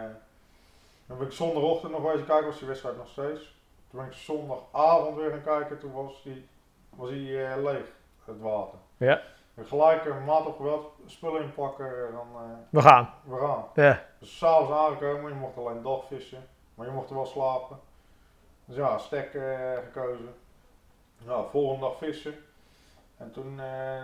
ben ik zondagochtend nog eens kijken, was die wedstrijd nog steeds. Toen ben ik zondagavond weer gaan kijken, toen was die leeg, het water. Ja. Ik gelijk een maat opgebeld, spullen inpakken en dan We gaan. Ja. Dus s'avonds aangekomen, je mocht alleen dag vissen, maar je mocht er wel slapen. Dus ja, stek gekozen. Nou, volgende dag vissen. En toen,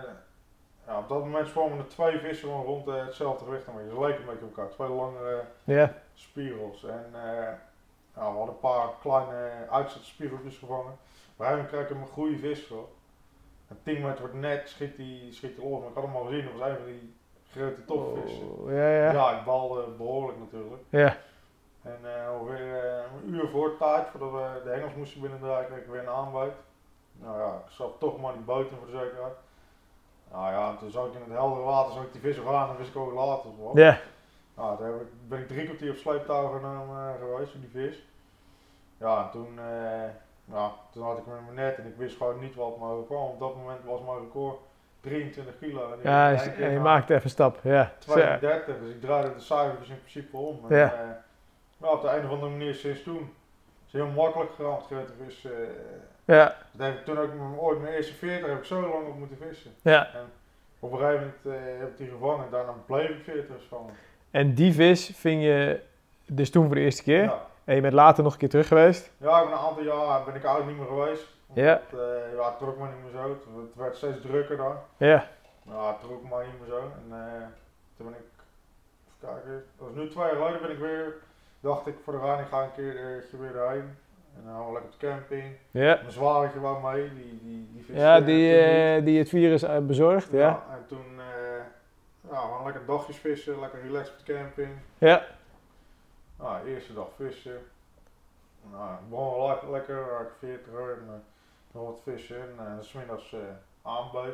op dat moment zwommen er 2 vissen rond hetzelfde gewicht. Ze leken een beetje op elkaar, 2 langere spirals. En we hadden een paar kleine uitzetspiegeltjes gevangen. Maar hij kreeg een goede vis voor. En 10 meter wordt net, schiet die los. Maar ik had hem al gezien, dat was een van die grote topvissen. Ja, ik balde behoorlijk natuurlijk. Ja. En ongeveer een uur voor tijd, voordat we de hengels moesten binnendraaien, kreeg ik weer een aanbuit. Nou ja, ik zat toch maar die boot in voor de zekerheid. Nou ja, toen zag ik in het heldere water, zag ik die vis al gaan en wist ik ook later was. Ja. Nou, daar ben ik 3 kwartier op sleeptouw genomen geweest voor die vis. Ja, en toen had ik hem in mijn net en ik wist gewoon niet wat me overkwam. Op dat moment was mijn record 23 kilo. En je maakte even een stap, ja. 32, dus ik draaide de cijfers in principe om. En, op de een of andere manier sinds toen is het heel makkelijk gegaan met grote vis. Ja. Dat heb ik toen ook ooit mijn eerste 40 heb ik zo lang op moeten vissen. Ja. En op een gegeven moment heb ik die gevangen en daarna bleef ik 40 vangen. En die vis ving je dus toen voor de eerste keer? Ja. En je bent later nog een keer terug geweest? Ja, een aantal jaar ben ik eigenlijk niet meer geweest. Ja. Het trok me niet meer zo. Het werd steeds drukker daar. Ja. Ja, het trok me niet meer zo. En toen ben ik, even kijken, dat was nu 2 jaar geleden dacht ik voor de reining ga een keertje weer erheen. En dan gaan we lekker op de camping. Ja. Mijn zwagertje wou mee, die vis. Ja, die het virus bezorgd, ja. En toen we gaan lekker dagjes vissen, lekker relaxed op de camping. Ja. Nou, eerste dag vissen. Nou, begon lekker, 40 uur en nog wat vissen en 's middags aanbeet.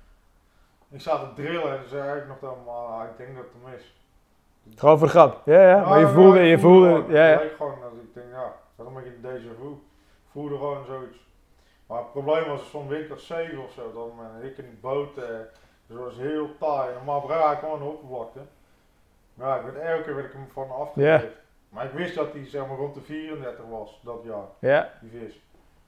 Ik zat te drillen en toen zei ik nog dan, maar ik denk dat het hem is. Gewoon voor de grap, ja. Maar je voelde, gewoon, ja. Het leek gewoon dat ik denk, dat is een beetje een déjà vu. Ik voelde gewoon zoiets. Maar het probleem was zo'n windkracht 7 of zo, dan ik in die boot, dus dat was heel taai. Normaal bereik ik gewoon aan de oppervlakte. Maar elke keer werd ik hem van afgedreven. Ja. Maar ik wist dat hij zeg maar rond de 34 was dat jaar, Ja. die vis.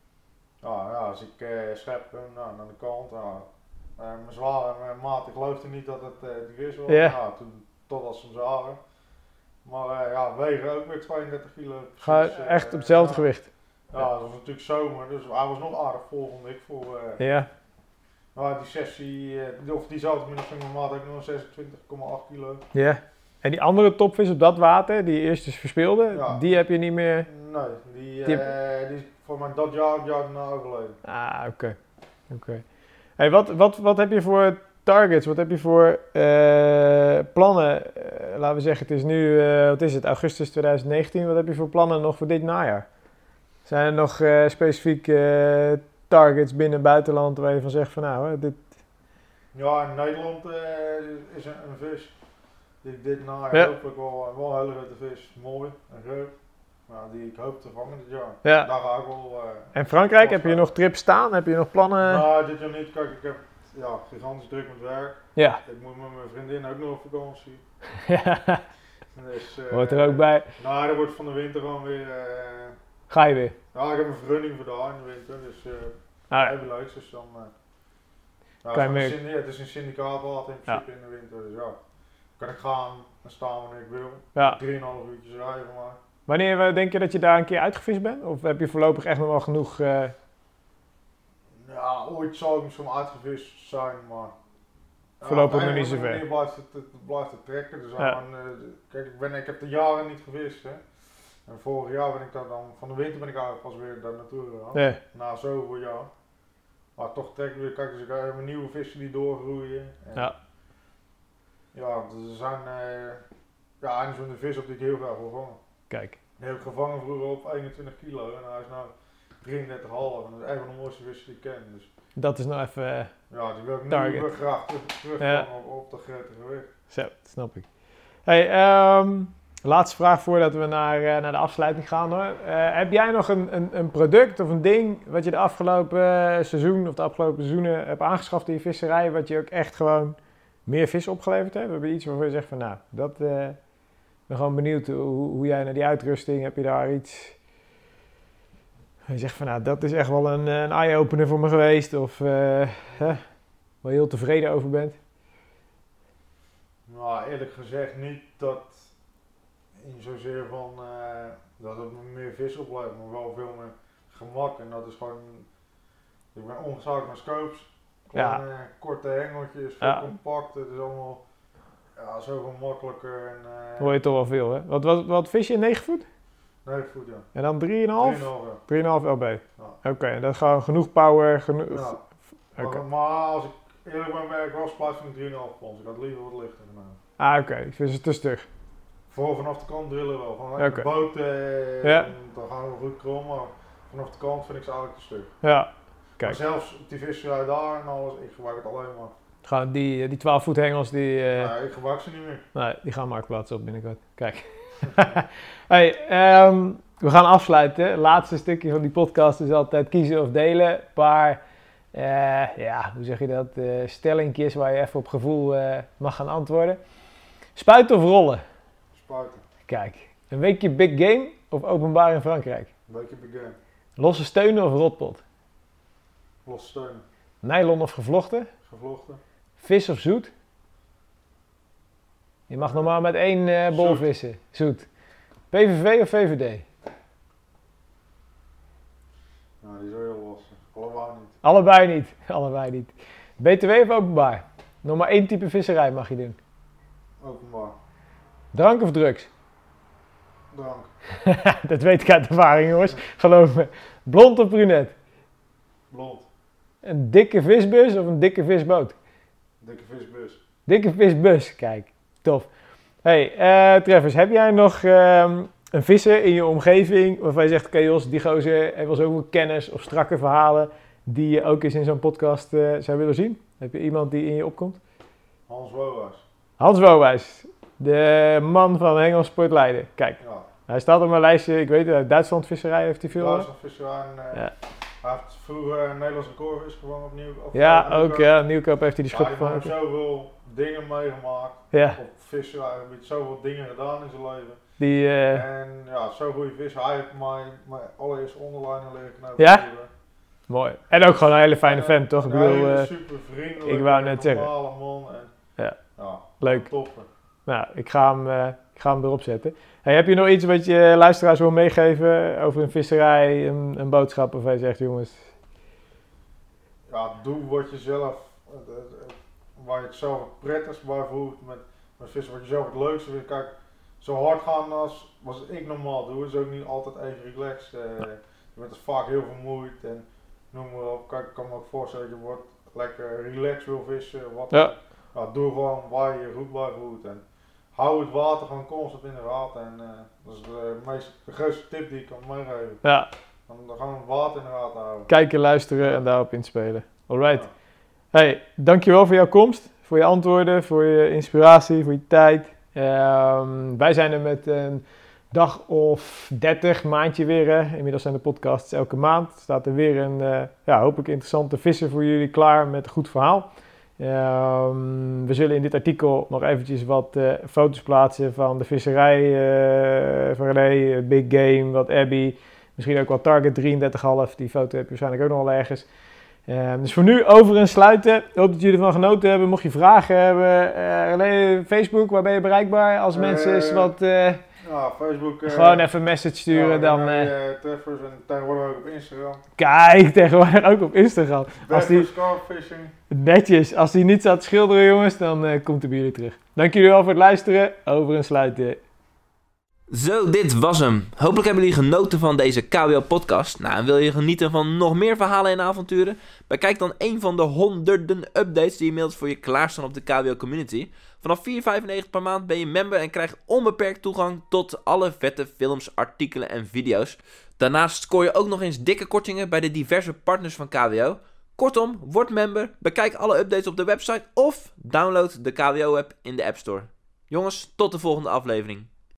Dus ik schep hem aan de kant. Mijn zwaar en mijn maat, ik geloofde niet dat het die vis was. Ja. Totdat ze hem zagen. Maar wegen ook weer 32 kilo. Ga echt op hetzelfde gewicht. Ja, dat was natuurlijk zomer, dus hij was nog aardig vol, vond ik. Ja. Die sessie, of diezelfde middag ging mijn maat ook nog 26,8 kilo. Ja. En die andere topvis op dat water, die je eerst dus verspeelde, die heb je niet meer... Nee, die is voor mij dat jaar, het jaar daarna overleden. Ah, oké. Hey, wat heb je voor targets, wat heb je voor plannen? Laten we zeggen, het is nu, augustus 2019. Wat heb je voor plannen nog voor dit najaar? Zijn er nog specifieke targets binnen en buitenland waar je van zegt van nou, dit... Ja, in Nederland is een vis. Dit najaar hopelijk wel een hele grote vis. Mooi en groot. Die ik hoop te vangen dit jaar. Ja. Daar ga ik wel... En Frankrijk, heb je nog trips staan? Heb je nog plannen? Nou, dit jaar niet. Kijk, ik heb gigantisch druk met werk. Ja. Ik moet met mijn vriendin ook nog op vakantie. Ja. Dus, Hoort er ook bij. Nou, dat wordt van de winter gewoon weer... Ga je weer? Ja, ik heb een vergunning voor daar in de winter, dus even leuk. Dus dan... Kan je het is een syndicaatbad in principe in de winter, dus ja. Kan ik gaan en staan wanneer ik wil. Ja. 3,5 uurtjes rijden van mij. Wanneer denk je dat je daar een keer uitgevist bent? Of heb je voorlopig echt nog wel genoeg... Ja, ooit zou ik misschien uitgevist zijn, maar... Voorlopig nog niet zo ver. Blijft het trekken. Dus kijk, ik heb de jaren niet gevist, hè. En vorig jaar ben ik daar dan... Van de winter ben ik eigenlijk pas weer daar naartoe gegaan. Ja. Na zoveel jaar. Maar toch trek ik weer... Kijk, dus ik heb een nieuwe vissen die doorgroeien. En Ja. Ja, er zijn... eigenlijk zo'n vis op die ik heel graag wil vangen. Kijk. Die heb ik gevangen vroeger op 21 kilo en hij is nou 33,5 en dat is een van de mooiste vissen die ik ken. Dus Dat is nou even... ja, die wil ik target. nu graag terugvangen op dat grote gewicht. Zo, dat snap ik. Hey, laatste vraag voordat we naar de afsluiting gaan hoor. Heb jij nog een product of een ding wat je de afgelopen seizoen of de afgelopen seizoenen hebt aangeschaft in je visserij, wat je ook echt gewoon meer vis opgeleverd hebt? Heb je iets waarvan je zegt van nou, dat... Ik ben gewoon benieuwd hoe jij naar die uitrusting, heb je daar iets... Je zegt van nou, dat is echt wel een eye-opener voor me geweest of waar je heel tevreden over bent? Nou, eerlijk gezegd niet dat in zozeer van dat het me meer vis oplevert, maar wel veel meer gemak en dat is gewoon... Ik ben omgezakt naar scopes, kleine korte hengeltjes, veel compact, het is allemaal... Ja, zoveel makkelijker en... Hoor je toch wel veel, hè? Wat vis je in 9 voet? 9 voet, ja. En dan 3,5? 3,5, ja. 3,5 lb? Ja. Oké, en dat is gewoon genoeg power, genoeg... Ja. Okay. Maar als ik eerlijk ben, ben ik wel plaats van die 3,5 pond. Ik had liever wat lichter genomen. Oké. Ik vind het te stug. Vooral vanaf de kant drillen wel. Van de boot, dan gaan we goed krom, maar vanaf de kant vind ik ze eigenlijk te stug. Ja, kijk. Maar zelfs die visserij daar en alles, ik gebruik het alleen maar. Gewoon die 12 voet hengels, die... Nee, ik gebruik ze niet meer. Nee, die gaan marktplaats op binnenkort. Kijk. Hey, we gaan afsluiten. Het laatste stukje van die podcast is altijd kiezen of delen. Een paar, hoe zeg je dat? Stellingjes waar je even op gevoel mag gaan antwoorden. Spuiten of rollen? Spuiten. Kijk. Een weekje big game of openbaar in Frankrijk? Een weekje big game. Losse steunen of rotpot? Losse steunen. Nylon of gevlochten? Gevlochten. Vis of zoet? Je mag nog maar met 1 bol vissen. Zoet. PVV of VVD? Nou, die is heel losse. Allebei niet. Allebei niet. Allebei niet. BTW of openbaar? Nog maar 1 type visserij mag je doen. Openbaar. Drank of drugs? Drank. Dat weet ik uit ervaring, jongens. Geloof me. Blond of brunet? Blond. Een dikke visbus of een dikke visboot? Dikke visbus. Dikke visbus, kijk. Tof. Hey, Travis, heb jij nog een visser in je omgeving waarvan je zegt, oké, Jos, die gozer heeft wel zoveel kennis of strakke verhalen die je ook eens in zo'n podcast zou willen zien? Heb je iemand die in je opkomt? Hans Wowa's. Hans Wowa's, de man van Hengelsport Leiden. Kijk, Ja. hij staat op mijn lijstje, ik weet het, uit Duitsland visserij heeft hij veel. Duitsland visserij en Ja. hij heeft vroeger een Nederlandse koorvis gewonnen opnieuw. Ja, ook ja, Nieuwkoop heeft hij die schop Hij van. heeft zoveel dingen meegemaakt. Ja, Op visserijgebied, zoveel dingen gedaan in zijn leven. die, En ja, zo'n goede vis. Hij heeft mijn allereerste onderliner leren knopen. Ja? mooi. En ook gewoon een hele fijne vent, toch? Ik Een bedoel, hele super vriendelijk, ik wou net zeggen. normale man. En, Ja. Leuk. Topper. Nou, ik ga hem erop zetten. Hey, heb je nog iets wat je luisteraars wil meegeven over een visserij, een boodschap waarvan je zegt, jongens... Ja, doe wat je zelf, waar je het zelf het prettigst bij voelt met vissen, wat je zelf het leukste vindt. Kijk, zo hard gaan als wat ik normaal doe, is ook niet altijd even relaxed. Je bent dus vaak heel vermoeid en noem maar op. Kijk, ik kan me ook voorstellen dat je wordt lekker relaxed wil vissen. Ja, doe gewoon waar je je goed bij voelt. En hou het water gewoon constant in de gaten. En dat is de grootste tip die ik kan meegeven. Ja. Dan gaan we het water in de gaten houden. Kijken, luisteren en daarop inspelen. Alright. Ja. Hey, dankjewel voor jouw komst, voor je antwoorden, voor je inspiratie, voor je tijd. Wij zijn er met een dag of 30, maandje weer. Inmiddels zijn de podcasts elke maand. Staat er weer een hopelijk interessante visser voor jullie klaar met een goed verhaal. We zullen in dit artikel nog eventjes wat foto's plaatsen van de visserij van René, Big Game, wat Abby, misschien ook wat Target 33,5. Die foto heb je waarschijnlijk ook nog wel ergens. Dus voor nu over en sluiten. Ik hoop dat jullie ervan genoten hebben. Mocht je vragen hebben, René, Facebook, waar ben je bereikbaar? Als mensen eens wat... Facebook. Gewoon even een message sturen. Dan. Treffers en tegenwoordig ook op Instagram. Kijk, tegenwoordig ook op Instagram. Netjes. Als die niet staat schilderen, jongens, dan komt hij bij jullie terug. Dank jullie wel voor het luisteren. Over en sluiten. Zo, dit was hem. Hopelijk hebben jullie genoten van deze KWO-podcast. Nou, en wil je genieten van nog meer verhalen en avonturen? Bekijk dan een van de honderden updates die inmiddels voor je klaarstaan op de KWO-community. Vanaf $4,95 per maand ben je member en krijg onbeperkt toegang tot alle vette films, artikelen en video's. Daarnaast scoor je ook nog eens dikke kortingen bij de diverse partners van KWO. Kortom, word member, bekijk alle updates op de website of download de KWO-app in de App Store. Jongens, tot de volgende aflevering.